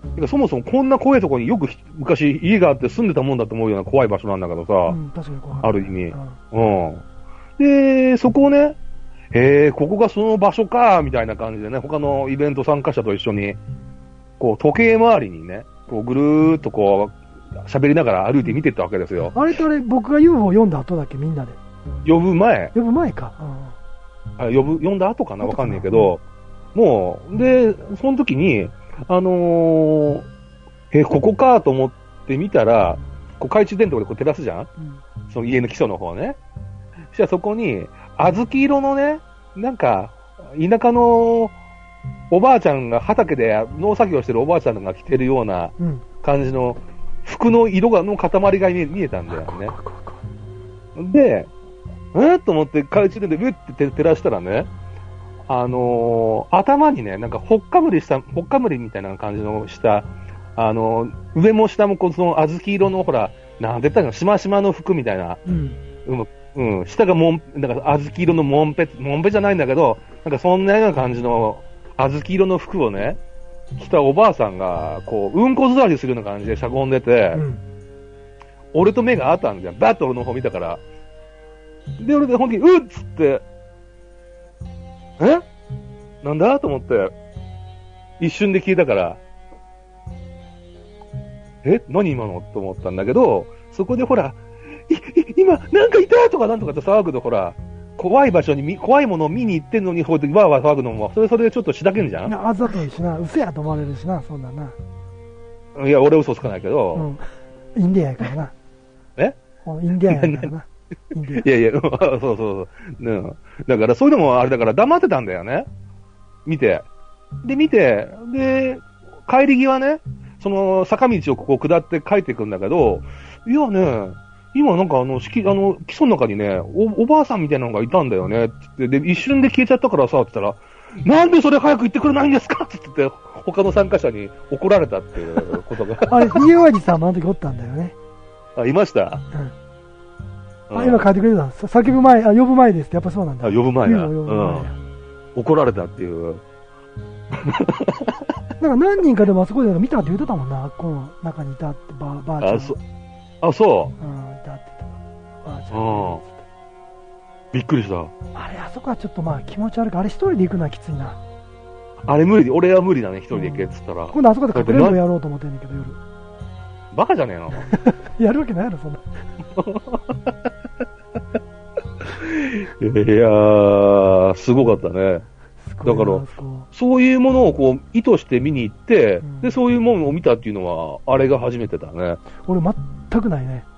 そもそもこんな怖いところによく昔家があって住んでたもんだと思うような怖い場所なんだけどさ、うん、確かに怖いある意味、うん。うん。で、そこをね、へえ、ここがその場所か、みたいな感じでね、他のイベント参加者と一緒に、こう、時計回りにね、こう、ぐるーっとこう、喋りながら歩いて見てったわけですよ。 あれとあれ、僕が ユーフォー 読んだ後だっけ、みんなで。 呼ぶ前呼ぶ前か。 うん、あ呼ぶ、読んだ後かなわかんないけど、もう、で、その時に、あのー、え、ここかと思って見たら、こう懐中電灯でこう照らすじゃん、うん、その家の基礎の方ね。そしたらそこに、小豆色のね、なんか、田舎のおばあちゃんが畑で農作業してるおばあちゃんが着てるような感じの服の色がの塊が見えたんだよね。で、えー、と思って懐中電灯でビュッて照らしたらね、あのー、頭にね、なんかほっかむりした、ほっかむりみたいな感じのした、あのー、上も下もこのその小豆色のほら、なんて言ったかな、しましまの服みたいな、うん、うんうん、下がもん、なんか小豆色のもんぺ、もんぺじゃないんだけど、なんかそんなような感じの小豆色の服をね、着たおばあさんが、こう、うんこ座りするような感じでしゃがんでて、うん、俺と目が合ったんだよ。バッと俺の方見たから。で、俺で本気に、うっつって、えなんだと思って、一瞬で聞いたから、え何今のと思ったんだけど、そこでほら、い、い、今、なんかいたとかなんとかって騒ぐと、ほら、怖い場所に、怖いものを見に行ってんのに、こうやってわーわー騒ぐのも、それそれでちょっとしだけんじゃん。いや、あざといしな、嘘やと思われるしな、そんなんな。 いや、俺嘘つかないけど。 うん。インディアンやからな。 えインディアンやからな。 いやいや、そうそうそう。うん。だから、そういうのもあれだから黙ってたんだよね。見て。で、見て、で、帰り際ね、その坂道をここ下って帰っていくんだけど、いやね、今なんかあの、式、あの、基礎の中にね、お、おばあさんみたいなのがいたんだよね、って言って、で、一瞬で消えちゃったからさ、って言ったら、なんでそれ早く言ってくれないんですかって言って、他の参加者に怒られたっていうことが。 あれ、ひげおじさんもあの時おったんだよね。 あ、いました、 うん、あ、今書いてくれた。叫ぶ前、あ、呼ぶ前ですって、やっぱそうなんだ。 あ、呼ぶ前だ。うん。怒られたっていう。 なんか何人かでもあそこで見たって言ってたもんな、この中にいたって、ば、ばあちゃん。 あ、そ、あ、そう。 うん、いたって言った。ばあちゃん。 うん。びっくりした。 あれ、あそこはちょっとまあ気持ち悪く、あれ一人で行くのはきついな。 あれ無理、俺は無理だね、一人で行けっつったら。 今度あそこでかくれんぼやろうと思ってんだけど、夜。 バカじゃねえのやるわけないやろ、そんな。 いやー、すごかったね。だから、そういうものをこう意図して見に行って、うん、で、そういうものを見たっていうのは、あれが初めてだね。 俺、全くないね。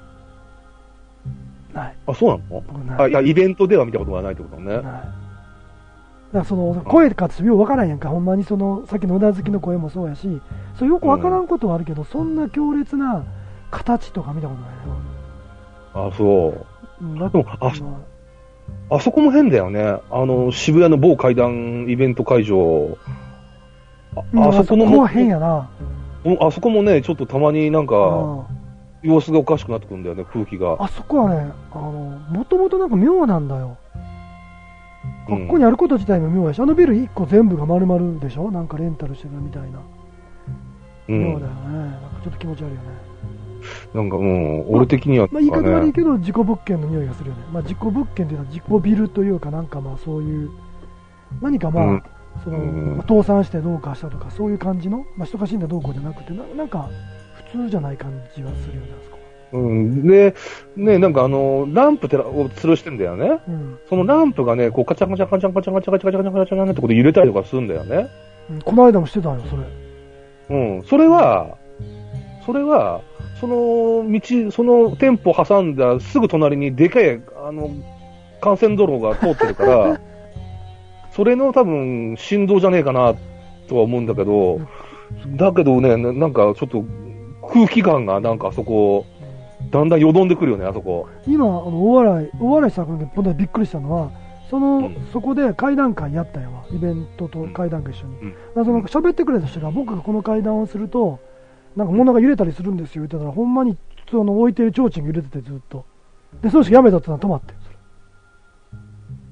ない。 あ、そうなの？あ、いや、イベントでは見たことがないってことね。ない。だからその、声かってよくわからんやんか。ほんまにその、さっきのうなずきの声もそうやし、そうよくわからんことはあるけど、うん、そんな強烈な形とか見たことないな。あ、そう。うん、だでも、あ、あそこも変だよね。あの、渋谷の某階段イベント会場。 あ、うん、あそこのも。あそこは変やな。 あそこもね、ちょっとたまになんか、様子がおかしくなってくるんだよね、空気が。 あそこはね、あの、もともとなんか妙なんだよ。ここにあること自体も妙やし、あのビルいっこ全部が丸々でしょ、なんかレンタルしてるみたいな。妙だよね。なんかちょっと気持ち悪いよね。 なんかもう、俺的には、 まあ、言い方悪いけど、事故物件の匂いがするよね。まあ、事故物件というのは事故ビルというか、なんかまあそういう、何かまあ、うん、その、まあ、倒産してどうかしたとか、そういう感じの、まあ、人が死んだどうこうじゃなくて、な, なんか、普通じゃない感じはするよね、あそこ。 うん、で、ね、なんかあの、ランプを吊るしてんだよね。うん、そのランプがね、こう、カチャカチャカチャカチャカチャカチャカチャカチャカチャカチャってことで揺れたりとかするんだよね。 うん、この間もしてたよ、それ。 うん、それは、それは、その道、その店舗挟んだすぐ隣にでかい、あの、幹線道路が通ってるから、それの多分、振動じゃねえかな、とは思うんだけど、だけどね、なんかちょっと空気感がなんかあそこ、だんだんよどんでくるよね、あそこ。 今、あの、大笑い、大笑いしたことでびっくりしたのは、その、うん、そこで会談会やったよ、イベントと会談会一緒に。うん、だからその喋ってくれた人が、僕がこの会談をすると、なんか物が揺れたりするんですよ、言ってたら、ほんまにその置いてる提灯が揺れててずっと。で、その人やめたってのは止まって。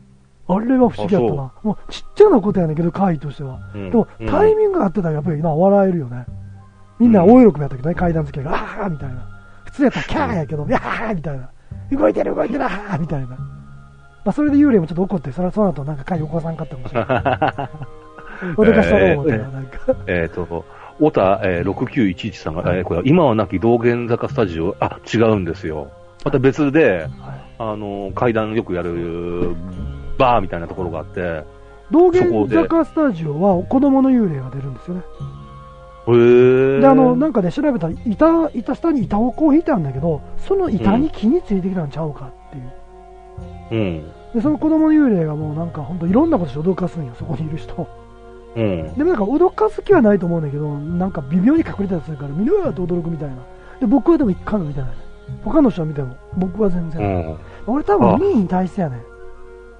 あれは不思議やったな。もうちっちゃなことやねんけど、怪異としては。うん、でも、タイミングがあってたらやっぱり今笑えるよね。みんな大喜びやったけどね、階段付けが、あーみたいな。普通やったらキャーやけど、やーみたいな。動いてる動いてるあーみたいな。まあ、それで幽霊もちょっと怒って、その後なんか怪異起こさんかったかもしれない。脅かしたろう思ったら、なんか。 えっと、オタ、えー、ろくきゅういちいちさんが、えー、これ今はなき道玄坂スタジオ、あ、違うんですよ。また別で、はい、あの、階段よくやる、バーみたいなところがあって、 道玄坂スタジオは子供の幽霊が出るんですよね。 へー。 で、あの、なんかね、調べたら、板、板下に板をこう引いてあるんだけど、その板に木についてきたんちゃうかっていう。うん。で、その子供の幽霊がもうなんか、ほんといろんなことして脅かすんよ、そこにいる人。うん。でもなんか、脅かす気はないと思うんだけど、なんか微妙に隠れたりするから、見ろよって驚くみたいな。で、僕はでも一回も見てない。他の人は見ても、僕は全然。うん、俺多分にいに対してやね。うん、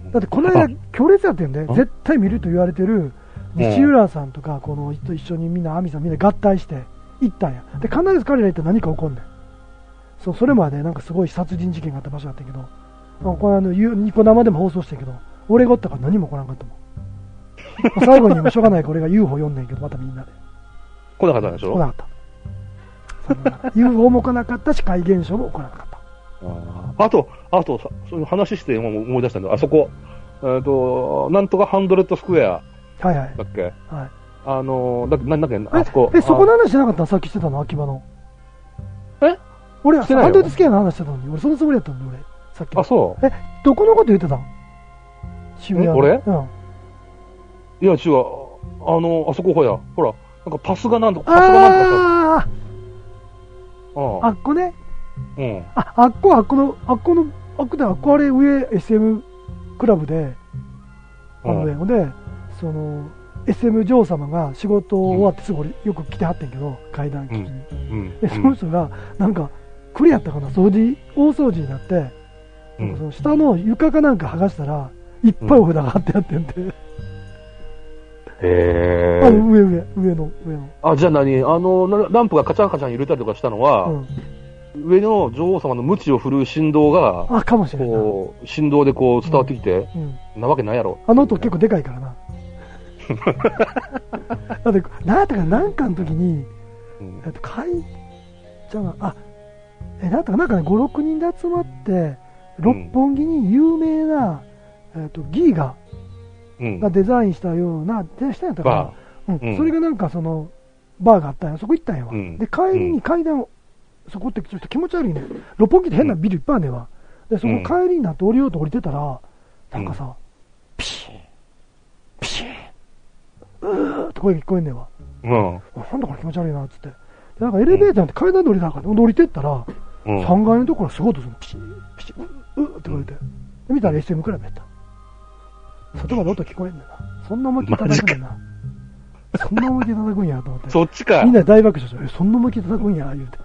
だってこの間強烈やってんで、絶対見ると言われてる西浦さんとかこの人一緒にみんな亜美さんみんな合体して行ったんや。で必ず彼ら行ったら何か起こんねん。そう、それまでなんかすごい殺人事件があった場所だったけど、このあのニコ生でも放送してんけど、俺がおったから何も来なかったもん。最後にもしょうがないから俺が ユーフォー 読んねんけど、またみんなで来なかったでしょ。 来なかった。ユーフォー も来なかったし怪現象も起こらなかった。 あと、あと、そういう話して思い出したんだ。あそこ、えーと、なんとかハンドレッドスクエア。 はいはい。 だっけ、はい。 あのー、だなんだっけ、あそこ。 え、そこの話してなかったのさっきしてたの、秋葉の。 え俺、ハンドレッドスクエアの話してたのに、俺そのつもりやったんだ、俺。さっき。 あ、そうえ、どこのこと言ってたん渋谷の。 俺うん。いや、違う。あの、あそこほや、ほら、なんかパスがなんとか、パスがなんとかさ。 あっこね。 うん。 あ、あっこ、あっこの、あっこの、あっこで、あっこあれ上 エスエム クラブで、あのね、ほんで、その、エスエム 女王様が仕事終わってすぐ俺よく来てはってんけど、階段聞きに。うん、で、その人が、なんか、クリやったかな、掃除、大掃除になって、うん、なんかその下の床かなんか剥がしたら、いっぱいお札が貼ってあってんて。うんへー。あの、上上、上の、上の。 あ、じゃあ何あの、ランプがカチャンカチャン揺れたりとかしたのは、うん、上の女王様の鞭を振る振動が、 あ、かもしれない。 こう、振動でこう伝わってきて、うんうん、なわけないやろ。 あの音結構でかいからな。だって、なんやったかなんかの時に、うん、えっと、会じゃあ、あ、え、なんかなんかね、ご、ろくにんで集まって、六本木に有名な、うん、えっと、ギーガ、がデザインしたような、デザインしたんやったかな、うんうん、それがなんかそのバーがあったんや、そこ行ったんやわ、うん、で帰りに階段を、そこってちょっと気持ち悪いね、六本木って変なビルいっぱいあんねんわ、でそこ帰りになって降りようと降りてたら、なんかさ、ピシッ、ピシッ、うーって声が聞こえんねんわ、うん、なんだこれ気持ち悪いなっつって、でなんかエレベーターって階段で降りたから、降りてったら、うん、さんがいのところすごい音するの、ピシッ、ピシッ、うーって言われて、で見たら エスエム クラブやった。外まで音聞こえんねんな。そんな思いっきり叩くねんな。そんな思いっきり叩くんやと思って。 そっちか。 みんな大爆笑して、え、そんな思いっきり叩くんや、言うて。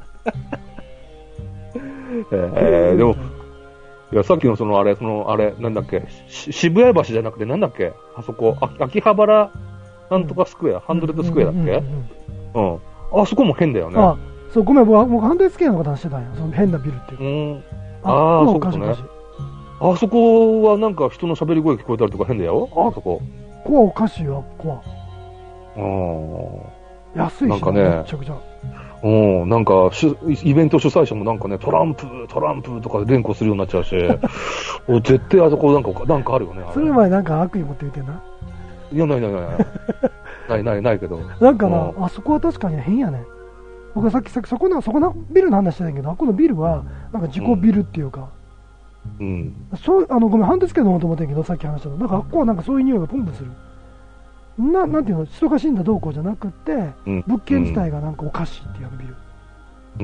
えー、でも、いや、さっきのそのあれ、そのあれ、なんだっけ、渋谷橋じゃなくてなんだっけ、あそこ、あ秋葉原なんとかスクエア、うん、ハンドレッドスクエアだっけ、うん。あそこも変だよね。 あ、そう、ごめん、僕、ハンドレッドスクエアのこと話してたんや。その変なビルっていう。うん。 ああ、そうかね。あそこはなんか人の喋り声聞こえたりとか変だよ。あそこ。 ここはおかしいよ、ここは。ああ。安いし、 なんかね。 めちゃくちゃ。 うん、なんか、イベント主催者もなんかね、トランプ、トランプとかで連呼するようになっちゃうし、絶対あそこなんか、なんかあるよね。 それ前なんか悪意持って言ってんな。 いや、ないないないない。ないないないけど。 なんかな、あそこは確かに変やね。僕はさっき、さっきそこの、そこのビルの話してたけど、あこのビルは、なんか自己ビルっていうか、うんうん、そうあのごめん、半年間飲もうと思ったんやけど、さっき話したの、なんか、ここはなんかそういう匂いがプンプンする、ななんていうの、人が死んだどうこうじゃなくて、うん、物件自体がなんかおかしいっていうビル、うん、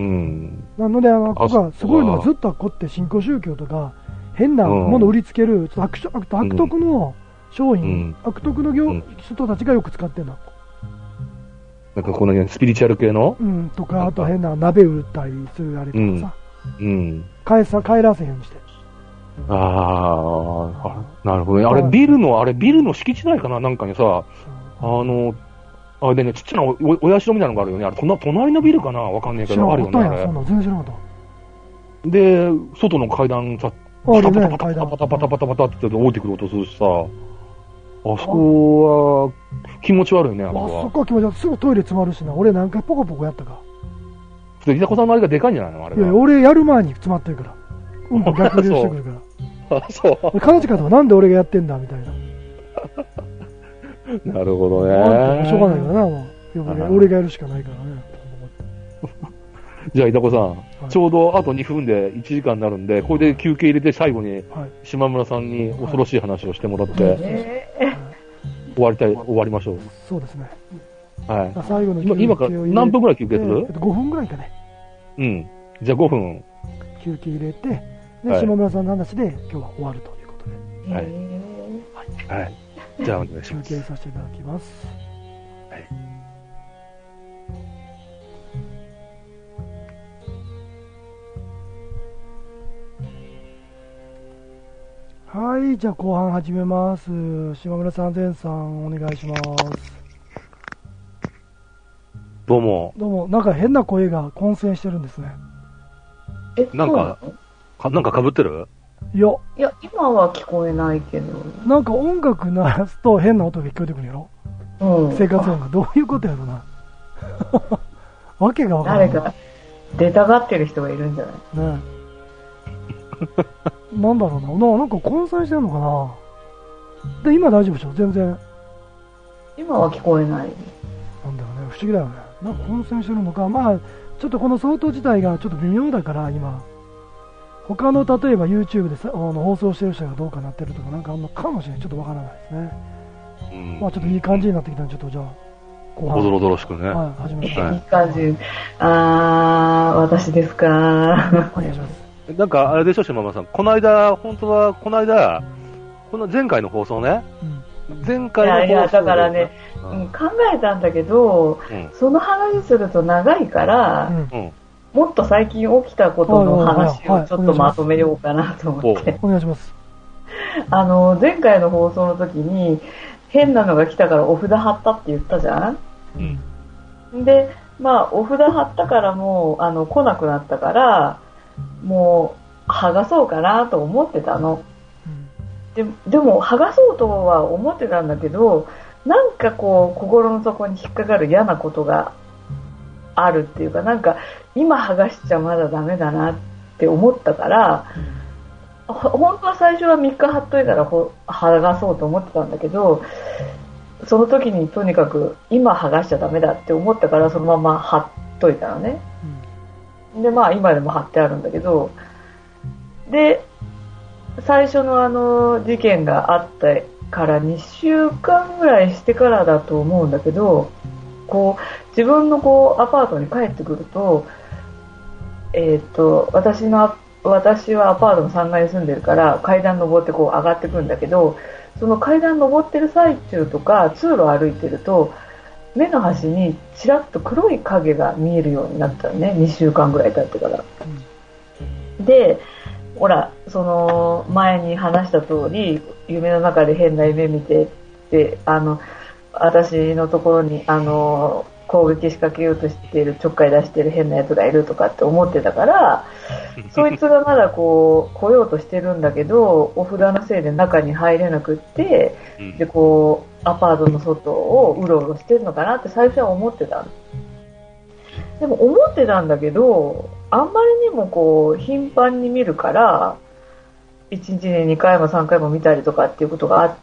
なので、あのここがすごいのは、ずっとこって新興宗教とか、変なものを売りつける、ちょっと 悪, 悪, 悪徳の商品、うん、悪徳の業、うん、人たちがよく使ってるの。 なんかこのスピリチュアル系の、 うん、とか、あと変な鍋売ったりするあれとかさ、うんうん、帰さ帰らせへんようにして。 ああ、なるほどね。あれ、ビルの、あれ、ビルの敷地内かななんかにさ、あの、あれでね、ちっちゃな お, お社みたいなのがあるよね。あれ、隣のビルかなわかんないけど、あるよね。あれ。 そんな全然知らなかった。 で、外の階段さ、 パタパタパタパタパタパタパタって降りてくる音するしさ、あそこは気持ち悪いね、あそこは。 あそこは気持ち悪い。すぐトイレ詰まるしな。俺何回ポコポコやったか。 ひだこさんのあれがでかいんじゃないのあれは。 いや、俺やる前に詰まってるから。うんこ逆流してくるから。 あ、そう。 俺、彼女かとかなんで俺がやってんだみたいな。なるほどね。 しょうがないからな、もう。俺がやるしかないからね。 じゃあ、いたこさん、 はい、 ちょうどあとにふんでいちじかんになるんで、これで休憩入れて最後に島村さんに恐ろしい話をしてもらって、はい、終わりたい、終わりましょう。 そうですね。 はい。 最後の今、今から何分ぐらい休憩する、 えー、ごふんぐらいかね。 うん。じゃあごふん。 休憩入れて、ね、はい、島村さんの話で今日は終わるということで。 はい。はい。はい。じゃあお願いします。 休憩させていただきます。はい。はい、じゃあ後半始めます。島村さん、前さん、お願いします。 どうも。 どうも、なんか変な声が混戦してるんですね。 え、 なんか、かなんか被ってる？ いや、 いや、今は聞こえないけど。 なんか音楽鳴らすと変な音が聞こえてくるやろ？うん。生活音がどういうことやろな。わけがわからない。 誰か出たがってる人がいるんじゃない？ ねなんだろうな、な、なんか混戦してるのかな。で、今大丈夫でしょ？全然。 今は聞こえない。 なんだろうね、不思議だよね。なんか混戦してるのか、まあ、ちょっとこの相当自体がちょっと微妙だから、今。他の例えば YouTube でさあの放送してる人がどうかなってるとかなんかあんのかもしれない。ちょっとわからないですね。うん、まあちょっといい感じになってきたんで、ちょっとじゃあ、 後半。おどろおどろしくね。 はい、始めましょう。 いい感じ。あー、私ですか。 お願いします。 なんかあれでしょ、島村さん。この間、本当は、この間、この前回の放送ね。うん、前回の放送。 いやいや、だからね、うん、考えたんだけど、うん、その話すると長いから、うん、もっと最近起きたことの話をちょっとまとめようかなと思って。 お願いします。 あの、前回の放送の時に、変なのが来たからお札貼ったって言ったじゃん、うん、で、まあ、お札貼ったからもう、あの、来なくなったから、もう剥がそうかなと思ってたの、うん、で, でも剥がそうとは思ってたんだけど、なんかこう心の底に引っかかる嫌なことがあるっていうか、なんか今剥がしちゃまだダメだなって思ったから、うん、本当は最初はみっか貼っといたら剥がそうと思ってたんだけど、その時にとにかく今剥がしちゃダメだって思ったから、そのまま貼っといたのね、うん、でまあ今でも貼ってあるんだけど、で最初のあの事件があったからにしゅうかんぐらいしてからだと思うんだけど、こう自分のこうアパートに帰ってくると、えー、と私の私はアパートのさんがいに住んでるから階段登ってこう上がってくるんだけど、その階段登ってる最中とか通路を歩いてると目の端にちらっと黒い影が見えるようになったのね、にしゅうかんぐらい経ってから、うん、でほら、その前に話した通り、夢の中で変な夢見てって、あの私のところにあの攻撃仕掛けようとしている、ちょっかい出している変なやつがいるとかって思ってたから、そいつがまだこう来ようとしてるんだけど、お札のせいで中に入れなくって、でこうアパートの外をうろうろしてるのかなって最初は思ってた。でも思ってたんだけど、あんまりにもこう頻繁に見るからいちにちににかいもさんかいも見たりとかっていうことがあって、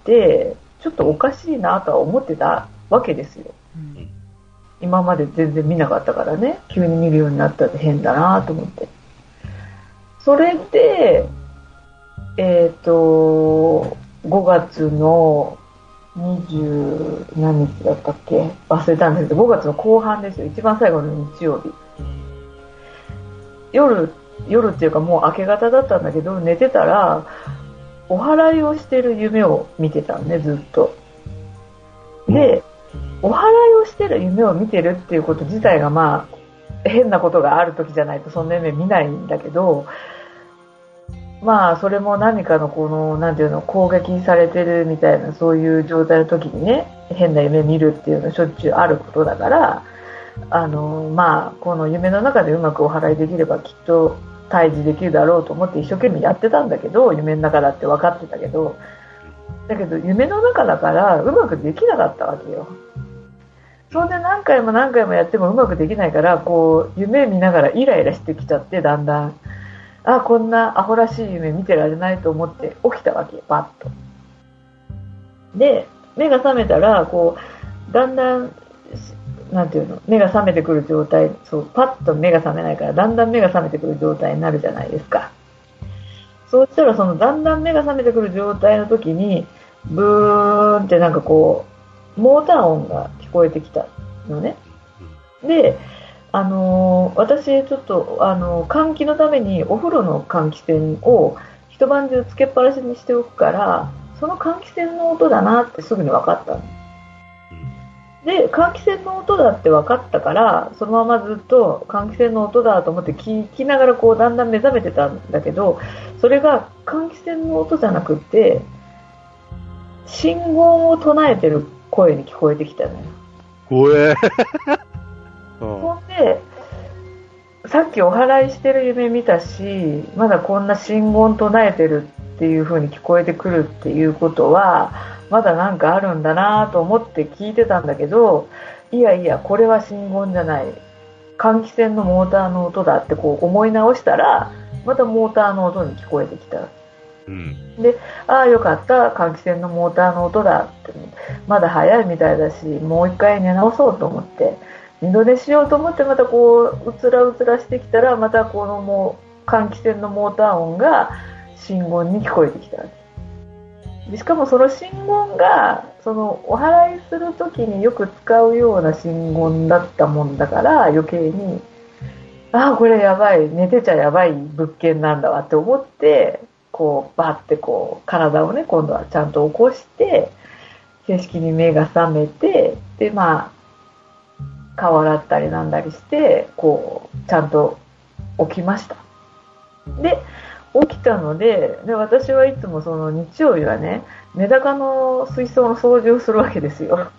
ちょっとおかしいなとは思ってたわけですよ、うん、今まで全然見なかったからね、急に見るようになったって変だなと思って、それでえっとごがつのにじゅう何日だったっけ忘れたんですけど、ごがつの後半ですよ、一番最後の日曜日、夜夜っていうかもう明け方だったんだけど、寝てたらお祓いをしてる夢を見てたのね、ずっと。で、お祓いをしてる夢を見てるっていうこと自体がまあ変なことがある時じゃないとそんな夢見ないんだけど、まあそれも何かのこのなんていうの攻撃されてるみたいなそういう状態の時にね、変な夢見るっていうのはしょっちゅうあることだから、あのまあこの夢の中でうまくお祓いできればきっと対峙できるだろうと思って一生懸命やってたんだけど、夢の中だって分かってたけど、だけど夢の中だからうまくできなかったわけよ。それで何回も何回もやってもうまくできないから、こう夢見ながらイライラしてきちゃって、だんだんあこんなアホらしい夢見てられないと思って起きたわけ、バッと。で目が覚めたらこうだんだんなんていうの、目が覚めてくる状態、そうパッと目が覚めないからだんだん目が覚めてくる状態になるじゃないですか。そうしたらそのだんだん目が覚めてくる状態の時にブーンってなんかこうモーター音が聞こえてきたのね。で、あのー、私ちょっと、あのー、換気のためにお風呂の換気扇を一晩中つけっぱなしにしておくから、その換気扇の音だなってすぐに分かったの。で換気扇の音だって分かったから、そのままずっと換気扇の音だと思って聞きながらこうだんだん目覚めてたんだけど、それが換気扇の音じゃなくって信号を唱えてる声に聞こえてきたのよ。 怖えほんでさっきお祓いしてる夢見たし、まだこんな信号を唱えてるっていう風に聞こえてくるっていうことはまだなんかあるんだなと思って聞いてたんだけど、いやいやこれは信号じゃない、換気扇のモーターの音だってこう思い直したら、またモーターの音に聞こえてきた。うん、で、ああよかった、換気扇のモーターの音だって、まだ早いみたいだしもう一回寝直そうと思って二度寝しようと思って、またこううつらうつらしてきたら、またこのもう換気扇のモーター音が信号に聞こえてきた。でしかもその信号がそのお祓いするときによく使うような信号だったもんだから、余計にああこれやばい、寝てちゃやばい物件なんだわって思って、こうバッてこう体をね今度はちゃんと起こして正式に目が覚めて、でまあ顔洗ったりなんだりしてこうちゃんと起きました。で起きたの で, で私はいつもその日曜日はねメダカの水槽の掃除をするわけですよ。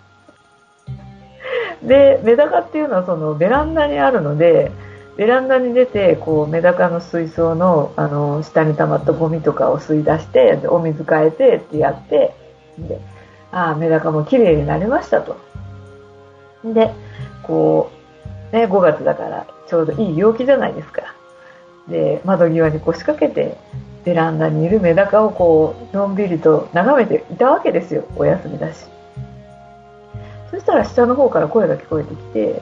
でメダカっていうのはそのベランダにあるので、ベランダに出てこうメダカの水槽 の, あの下に溜まったゴミとかを吸い出してでお水変えてってやって、でああメダカもきれいになりましたと。でこう、ね、ごがつだからちょうどいい陽気じゃないですか。で窓際に腰掛けてベランダにいるメダカをこうのんびりと眺めていたわけですよ、お休みだし。そしたら下の方から声が聞こえてきて、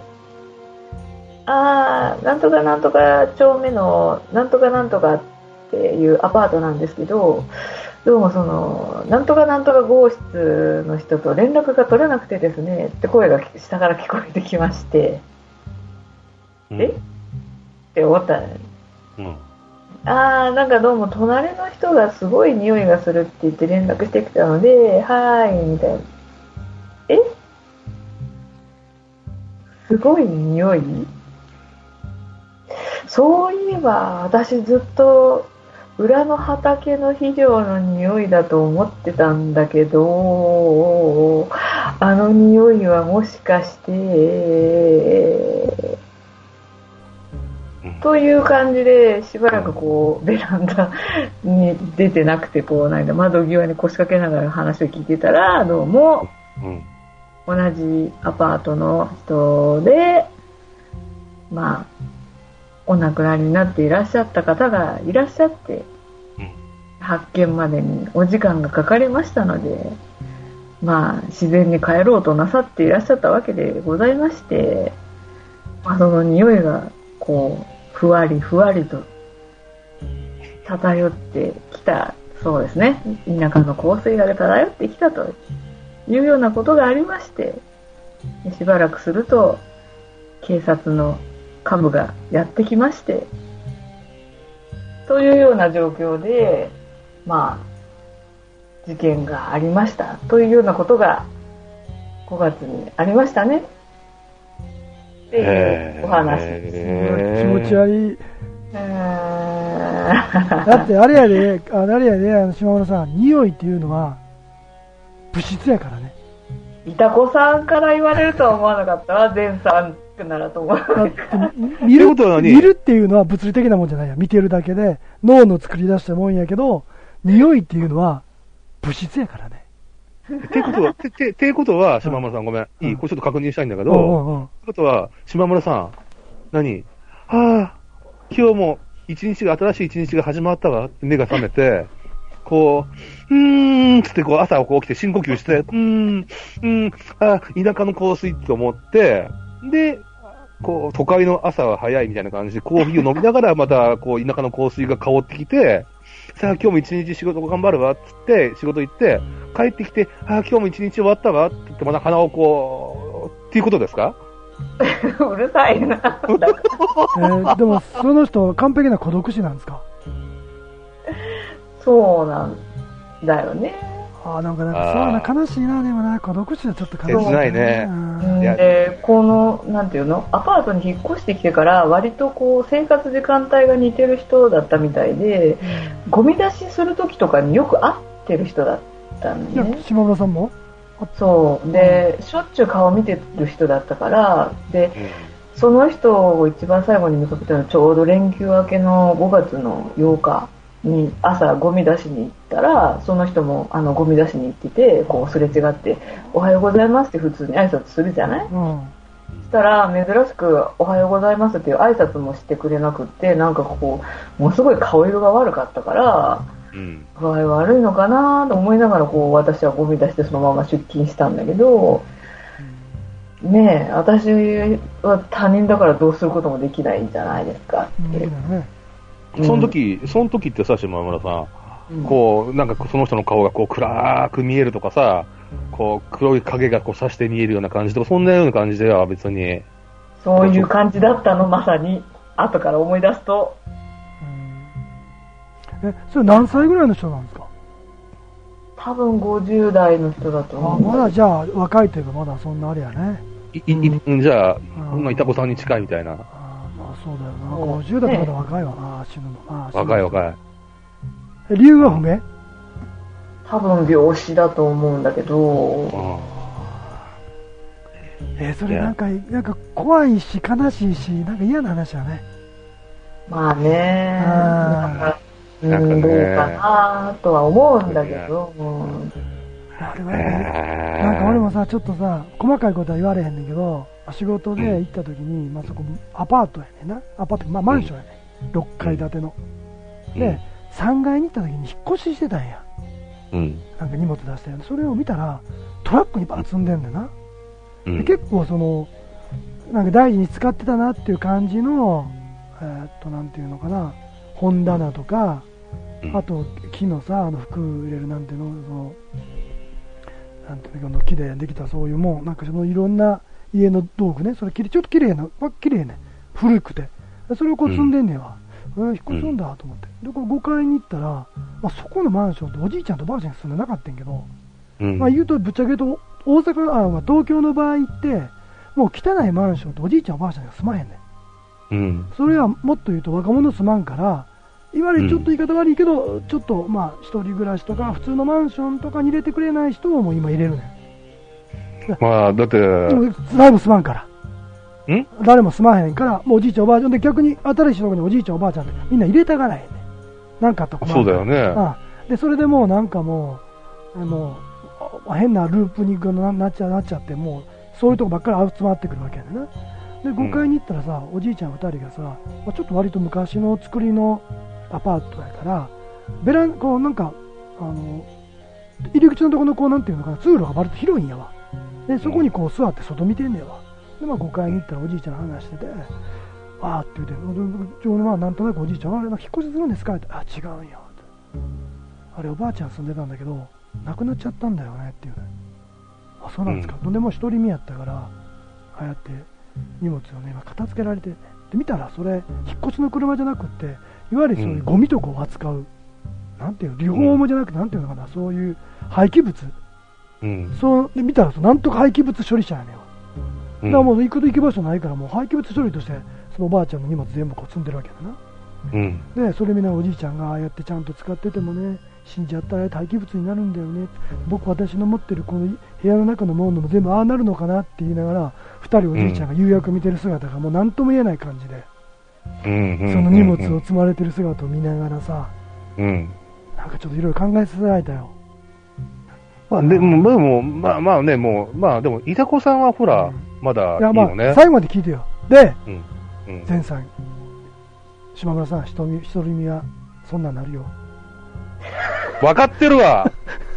あーなんとかなんとか丁目のなんとかなんとかっていうアパートなんですけど、どうもそのなんとかなんとか号室の人と連絡が取れなくてですねって声が下から聞こえてきまして、うん、えって思ったね。うん、あーなんかどうも隣の人がすごい匂いがするって言って連絡してきたので、はーいみたいな。えすごい匂い？そういえば私ずっと裏の畑の肥料の匂いだと思ってたんだけど、あの匂いはもしかしてという感じで、しばらくこうベランダに出てなくて、こうなんか窓際に腰掛けながら話を聞いてたら、どうも同じアパートの人で、まあお亡くなりになっていらっしゃった方がいらっしゃって、発見までにお時間がかかりましたので、まあ自然に帰ろうとなさっていらっしゃったわけでございまして、まあ、その匂いがこうふわりふわりと漂ってきたそうですね。田舎の香水が漂ってきたというようなことがありまして、しばらくすると警察の幹部がやってきまして、というような状況でまあ事件がありましたというようなことがごがつにありましたねっていうお話です。 気持ち悪い。だってあれやで、あれやで、あの島村さん、匂いっていうのは物質やからね。 いたこさんから言われるとは思わなかったわ、前さんくならと思う。 だって見る、見るっていうのは物理的なもんじゃないや。見てるだけで、脳の作り出したもんやけど、匂いっていうのは物質やからね。 ってことは、て、て、てことは、島村さんごめん。いい、これちょっと確認したいんだけど、ってことは、島村さん、何はぁ、今日も一日が、新しい一日が始まったわって目が覚めて、こう、うーんつってこう朝こう起きて深呼吸して、うーん、うーん、あ、田舎の香水って思って、で、こう、都会の朝は早いみたいな感じでコーヒーを飲みながらまた、こう、田舎の香水が香ってきて、さあ今日も一日仕事頑張るわっつって仕事行って帰ってきて、ああ今日も一日終わったわって言ってまた鼻をこうっていうことですか？ うるさいな。えー、でもその人完璧な孤独死なんですか？ そうなんだよね。 ああなんかなんかそうな悲しいな。でもな孤独死はちょっと悲しい。 切ないね。 でこのなんていうのアパートに引っ越してきてから割とこう生活時間帯が似てる人だったみたいで、うん、ゴミ出しする時とかによく会ってる人だったんで、ね。 島村さんも？ そうで、うん、しょっちゅう顔見てる人だったからで、うん、その人を一番最後に見かけたのはちょうど連休明けのごがつのようかに朝ゴミ出しに行ったらその人もあのゴミ出しに行っててこうすれ違っておはようございますって普通に挨拶するじゃない、うん、そしたら珍しくおはようございますっていう挨拶もしてくれなくってなんかこうものすごい顔色が悪かったから、うん、具合悪いのかなと思いながらこう私はゴミ出してそのまま出勤したんだけど、うん、ねえ私は他人だからどうすることもできないじゃないですかって、うんその時、うん、その時ってさ、島村さん、うん、こう、なんかその人の顔がこう暗く見えるとかさ、こう黒い影がこう差して見えるような感じとか、そんなような感じでは別に。 そういう感じだったの、まさに。後から思い出すと。 うん、え、それ何歳ぐらいの人なんですか？ 多分ごじゅう代の人だと思う。 あ、まだじゃあ若いというかまだそんなあれやね。 い、い、うん、じゃあ、うん、いたこさんに近いみたいな。 そうだよな、ごじゅう代とかで若いわな、死ぬのな。 若い若い。 理由は不明？ 多分病死だと思うんだけど。 えー、それなんか、なんか怖いし悲しいし、なんか嫌な話だね。 まあね、なんか、うん、どうかなとは思うんだけど。 あれはなんか俺もさ、ちょっとさ、細かいことは言われへんねんけど、仕事で行った時に、まあ、そこアパートやねんな、アパート、まあ、マンションやねん、ろっかい建ての、うん、でさんがいに行った時に引っ越ししてたんや、うん、なんか荷物出したよ、それを見たらトラックにバーッ積んでんだよな、うん、で結構そのなんか大事に使ってたなっていう感じの、えー、っとなんていうのかな、本棚とか、うん、あと木のさ、あの服入れるなんていうの、そのなんていうの、木でできたそういうもん、なんかそのいろんな家の道具ね、それきれちょっと綺麗な、まあ、綺麗ね、古くて、それをこう積んでんねんわ、うん、えー、引っ越すんだと思って、でこれごかいに行ったら、まあ、そこのマンションっておじいちゃんとおばあちゃんに住んでなかったんやけど、うん、まあ、言うとぶっちゃけ言うと大阪あ、まあ、東京の場合って、もう汚いマンションっておじいちゃんおばあちゃんが住まへんねん、うん、それはもっと言うと若者住まんから、いわゆるちょっと言い方悪いけど、うん、ちょっとまあ一人暮らしとか普通のマンションとかに入れてくれない人をもう今入れるねん。 まあ、だって、 誰も住まんから。ん誰も住まへんから、もうおじいちゃんおばあちゃんで、逆に新しいところにおじいちゃんおばあちゃんでみんな入れたがらへんねん。なんかあったら困る。 そうだよね。ああで、それでもうなんかもう、もう、変なループになっちゃなっちゃって、もう、そういうとこばっかり集まってくるわけやねんな。で、ごかいに行ったらさ、おじいちゃんふたりがさ、まあ、ちょっと割と昔の作りのアパートやから、ベラン、こうなんか、あの、入り口のところのこうなんていうのかな、通路が割と広いんやわ。でそこにこう座って外見てんねんわ。で、まあ、ごかいに行ったらおじいちゃん話してて、あーって言って、ちょうどまあなんとなくおじいちゃん、あれ、引っ越しするんですかって、あ、違うんよって。あれ、おばあちゃん住んでたんだけど、亡くなっちゃったんだよねっていうね。あ、そうなんですか。うん、でも一人身やったから、ああやって荷物をね、片付けられて、ね、で見たら、それ、引っ越しの車じゃなくって、いわゆるそういうゴミとかを扱う、うん、なんていうの、リフォームじゃなくて、なんていうのかな、そういう廃棄物。うん、そうで見たらなんとか廃棄物処理車やねんわ、うん、だからもう行くと行き場所ないからもう廃棄物処理としてそのおばあちゃんの荷物全部こう積んでるわけだな、うん、でそれ見ながらおじいちゃんがああやってちゃんと使っててもね死んじゃったら廃棄物になるんだよね、僕私の持ってるこの部屋の中のものも全部ああなるのかなって言いながら、ふたりおじいちゃんが夕焼け見てる姿がもう何とも言えない感じで、その荷物を積まれてる姿を見ながらさ、うん、なんかちょっといろいろ考えさせられたよ。 まあでも、でも、まあまあね、もう、まあでも、いたこさんはほら、うん、まだいいよね。いやまあ、 最後まで聞いてよ。で、うんうん、前さん、島村さん、人見、人見はそんなんなるよ。 分かってるわ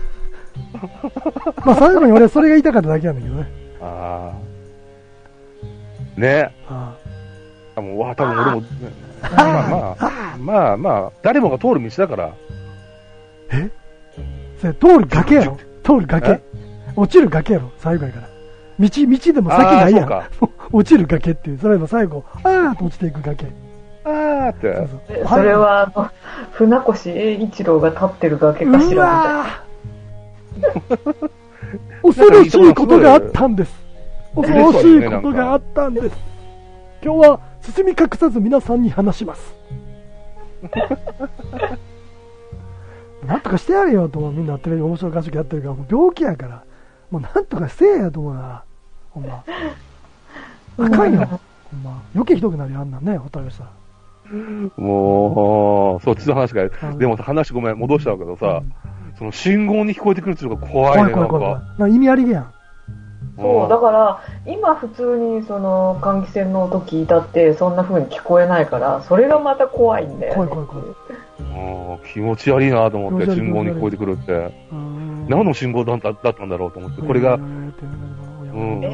まあ最後に俺それが言いたかっただけなんだけどね。ああ。ね。ああ。もう、わ、多分俺も、まあまあ、まあまあ、誰もが通る道だから。 えそれ通る崖やろ通る崖。落ちる崖やろ最後やから。道、道でも先ないやん。落ちる崖っていう。それも最後、あーっと落ちていく崖。 あーって。 そうそうそれは、あの、船越英一郎が立ってる崖かしらみたいな。 恐ろしいことがあったんです。恐ろしいことがあったんです。今日は包み隠さず皆さんに話します。なんとかしてやれよと思う。みんなテレビ面白おかしくやってるからもう病気やからもうなんとかせえやと思うな。ほんまあかんよ。ほんま余計ひどくなるよあんなんねほったらかしたら。 もうそっちの話がでも話ごめん戻したけどさ、うん、その信号に聞こえてくるっていうのが怖いね。怖い怖い怖い。 なんか意味ありげやん。 そうだから今普通にその換気扇の音聞いたってそんな風に聞こえないからそれがまた怖いんだよ、ね。怖い怖い怖い。 あ気持ち悪いなと思って信号に聞こえてくるって何の信号だったんだろうと思ってこれが、うん、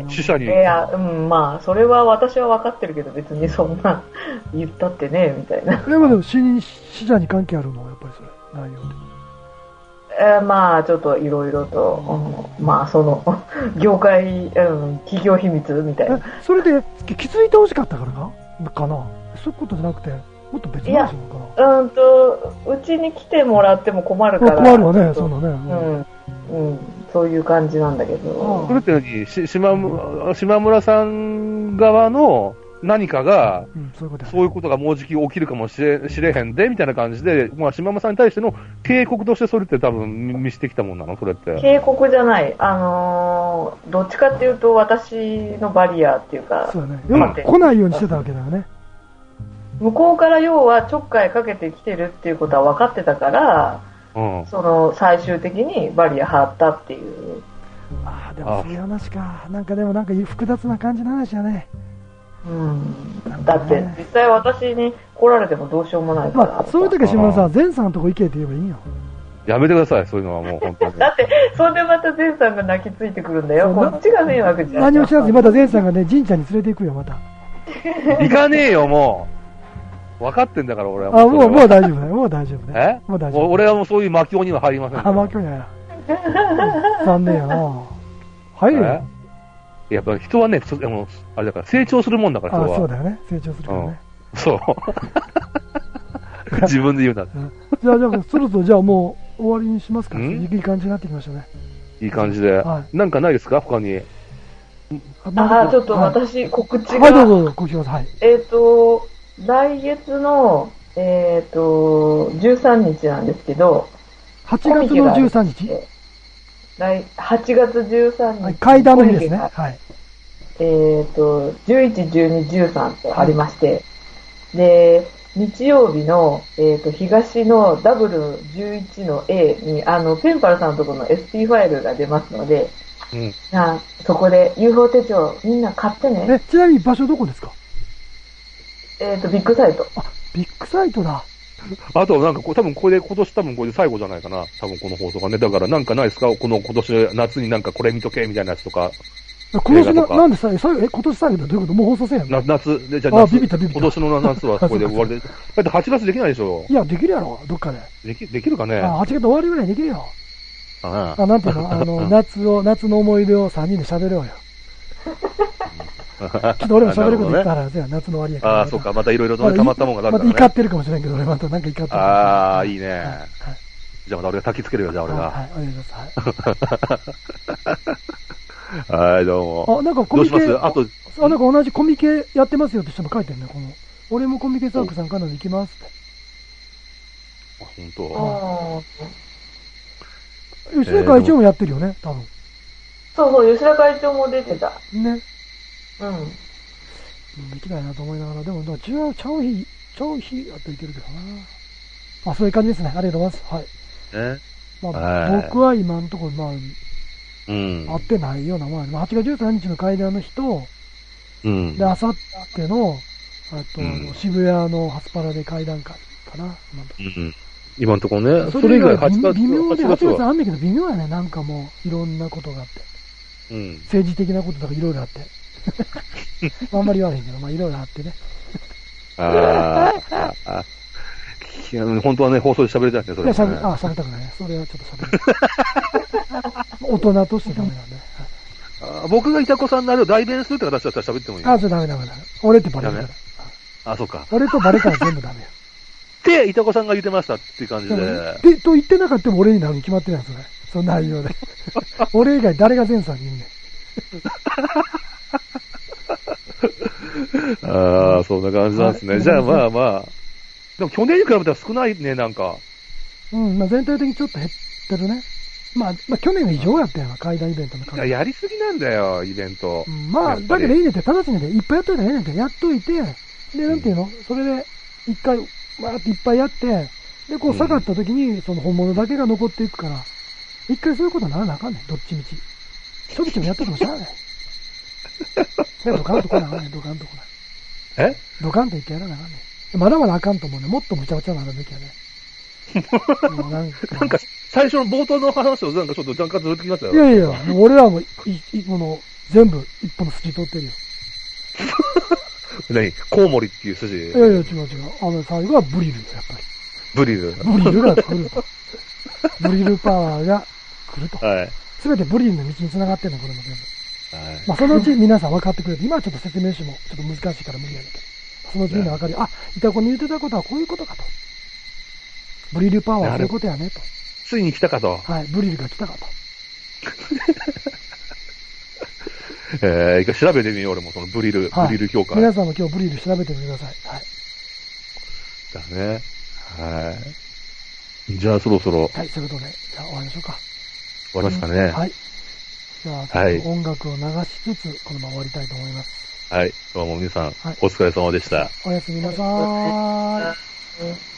死者にいや、うん、まあそれは私は分かってるけど別にそんな言ったってねみたいな。 でもでも死に死者に関係あるのやっぱりそれ内容で。 えー、まあちょっといろいろと、うん、まあその業界、うん、企業秘密みたいな。 それで気づいてほしかったからかかな。そういうことじゃなくてもっと別の話なのかな。 うんとうちに来てもらっても困るから。 困るわねそうだね。 うん、うん、そういう感じなんだけど。 それって何し島村島村さん側の何かが、うん、そういうことね、そういうことがもうじき起きるかもしれ、しれへんでみたいな感じで、まあ、島村さんに対しての警告としてそれって多分見せてきたもんなのそれって。 警告じゃない、あのー、どっちかっていうと私のバリアっていうか、 そうだね、要は来ないようにしてたわけだよね。 向こうから要はちょっかいかけてきてるっていうことは分かってたから、うん、その最終的にバリア張ったっていう。 ああでもそういう話か。なんかでもなんか複雑な感じの話だね。 うん、だって実際私に来られてもどうしようもないから、まあ、そういう時は島田さん前さんのとこ行けって言えばいいよ。 やめてくださいそういうのはもう本当にだってそんでまた前さんが泣きついてくるんだよ。こっちが迷惑じゃん。 何も知らずにまた前さんがね神社に連れて行くよまた。 行かねえよもう分かってんだから俺は。 あもうもう大丈夫だよもう大丈夫ね。 えもう大丈夫。俺はもうそういう魔境には入りません。 あ魔境にはや残念やな。入るよ。 やっぱ人はね、あれだから成長するもんだから、人は。 あそうだよね、成長するからね。 うん、そう。自分で言うなって。 じゃあ、じゃあ、そろそろじゃあもう終わりにしますか。いい感じになってきましたね。 いい感じで。はい、なんかないですか他に。 ああ、ちょっと私、はい、告知が。 はい、どうぞどうぞ、告知ください。 えっ、ー、と、来月の、えっ、ー、と、じゅうさんにちなんですけど。 はちがつのじゅうさんにち来はちがつじゅうさんにち、はい、 階段の日ですね。はい。 えっ、ー、と、じゅういち、じゅうに、じゅうさんとありまして、はい、で、日曜日の、えっ、ー、と、東の ダブルじゅういち の A に、あの、ペンパルさんのところの エスピー ファイルが出ますので、うん、あそこで ユーフォー 手帳みんな買ってね。 え、ちなみに場所どこですか？ えっ、ー、と、ビッグサイト。 あ、ビッグサイトだ。 あと、なんかこ、多分これで、今年多分これで最後じゃないかな。多分この放送がね。だからなんかないですかこの今年、夏になんかこれ見とけみたいなやつとか。 今年な、なんで最後、え、今年最後だどういうこともう放送せんやん。 な夏、で、じゃあ夏、あ、ビビったビビった。今年の夏はこれで終わりで。だってはちがつできないでしょ。 いや、できるやろ、どっかで。 でき、できるかね。 あ、はちがつ終わりぐらいできるよ。ああ。あ、なんていうのあの、夏を、夏の思い出をさんにんで喋ろうよ。ちょっと俺も喋ること言ったら、じゃあ夏の終わりやから。 ああ、そうか、またいろいろと溜まったもんがあるからね。 また怒ってるかもしれんけど、俺またなんか怒ってる。 ああ、いいね。じゃあまた俺が焚きつけるよ、じゃあ俺が。 はい、お願いします。 はい、どうも。 あ、なんかコミケ、 どうしますあと、 あ、なんか同じコミケやってますよって人も書いてるね、この。俺もコミケサークさんからの行きますって。 あ、本当。 吉田会長もやってるよね、多分。 そうそう、吉田会長も出てた。 ね。 うん。 できないなと思いながら、でも、違う、チャオヒ、チャオヒあったらいけるけどな。まあ、そういう感じですね。ありがとうございます。はい。 ね。 まあ、 はい僕は今のところ、まあ、 うん。 会ってないようなもんやね。まあ、はちがつじゅうさんにちの会談の日と、 うん。 で、あさっての、あと、 うん、 渋谷のハスパラで会談会かな、今のところ。 うん。今のところね。 それ以外はちがつ、微妙で、はちがつはあんねんけど微妙やね。なんかもう、いろんなことがあって。 うん。 政治的なこととかいろいろあって。あんまり言われへんけど、まあいろいろあってね。 ああ。本当はね、放送で喋りたいね、それ、ね。いや、 喋、あ、喋りたくないね。それはちょっと喋る。大人としてダメなんで。 あ、僕がイタコさんのあれを代弁するって形だったら喋ってもいい。 あ、それダメダメダメ。俺ってバレるから。 あ、そうか。 俺とバレたら全部ダメよ。 で、イタコさんが言ってましたっていう感じで。 で、と言ってなかったも俺になるに決まってないんですよね。その内容で。俺以外誰が前さんに言うねん。 ああ、そんな感じなんですね。じゃあまあまあ。でも去年に比べたら少ないね、なんか。 うん、まあ全体的にちょっと減ってるね。まあ、まあ去年が異常やったよな、会談イベントの数。 いや、やりすぎなんだよ、イベント。 うん、まあ、だけどいいねって、直ちにね、いっぱいやっといたらええねんって、やっといて、で、なんていうの、うん、それで、一回、わーっていっぱいやって、で、こう下がった時に、その本物だけが残っていくから、一回そういうことにならなあかんねん、どっちみち。ちょびちょびやっててもしゃあない。ドカンとこなあかんねん、ドカンとこな。 えドカンと一回やらなあかんねん。まだまだあかんと思うね。もっとむちゃくちゃなるべきやね。 なんか、なんか最初の冒頭の話をなんかちょっと若干ずれてきましたよ。 いやいや、もう俺はもう、い、い、もの、全部一本の筋通ってるよ。 何コウモリっていう筋。いやいや、違う違う。あの、最後はブリル、やっぱり。 ブリル。 ブリルが来ると。ブリルパワーが来ると。はい。すべてブリルの道に繋がってるの、これも全部。はい。まあ、そのうち皆さん分かってくれて、今はちょっと説明書もちょっと難しいから無理やねんけど。そのうちみんな分かる。あ、イタコに言ってたことはこういうことかと。ブリルパワーはこういうことやねと。 ついに来たかと。 はい、ブリルが来たかと。 えー、一回調べてみよう、俺もそのブリル、はい、ブリル評価。 皆さんも今日ブリル調べてみてください。はい。 だね。はい。じゃあそろそろ。 はい、そういうことで、じゃあ終わりましょうか。 終わりますかね。うん、はい。 じゃあ、はい、音楽を流しつつ、このまま終わりたいと思います。 はい。どうも皆さん、はい、お疲れ様でした。 おやすみなさーい。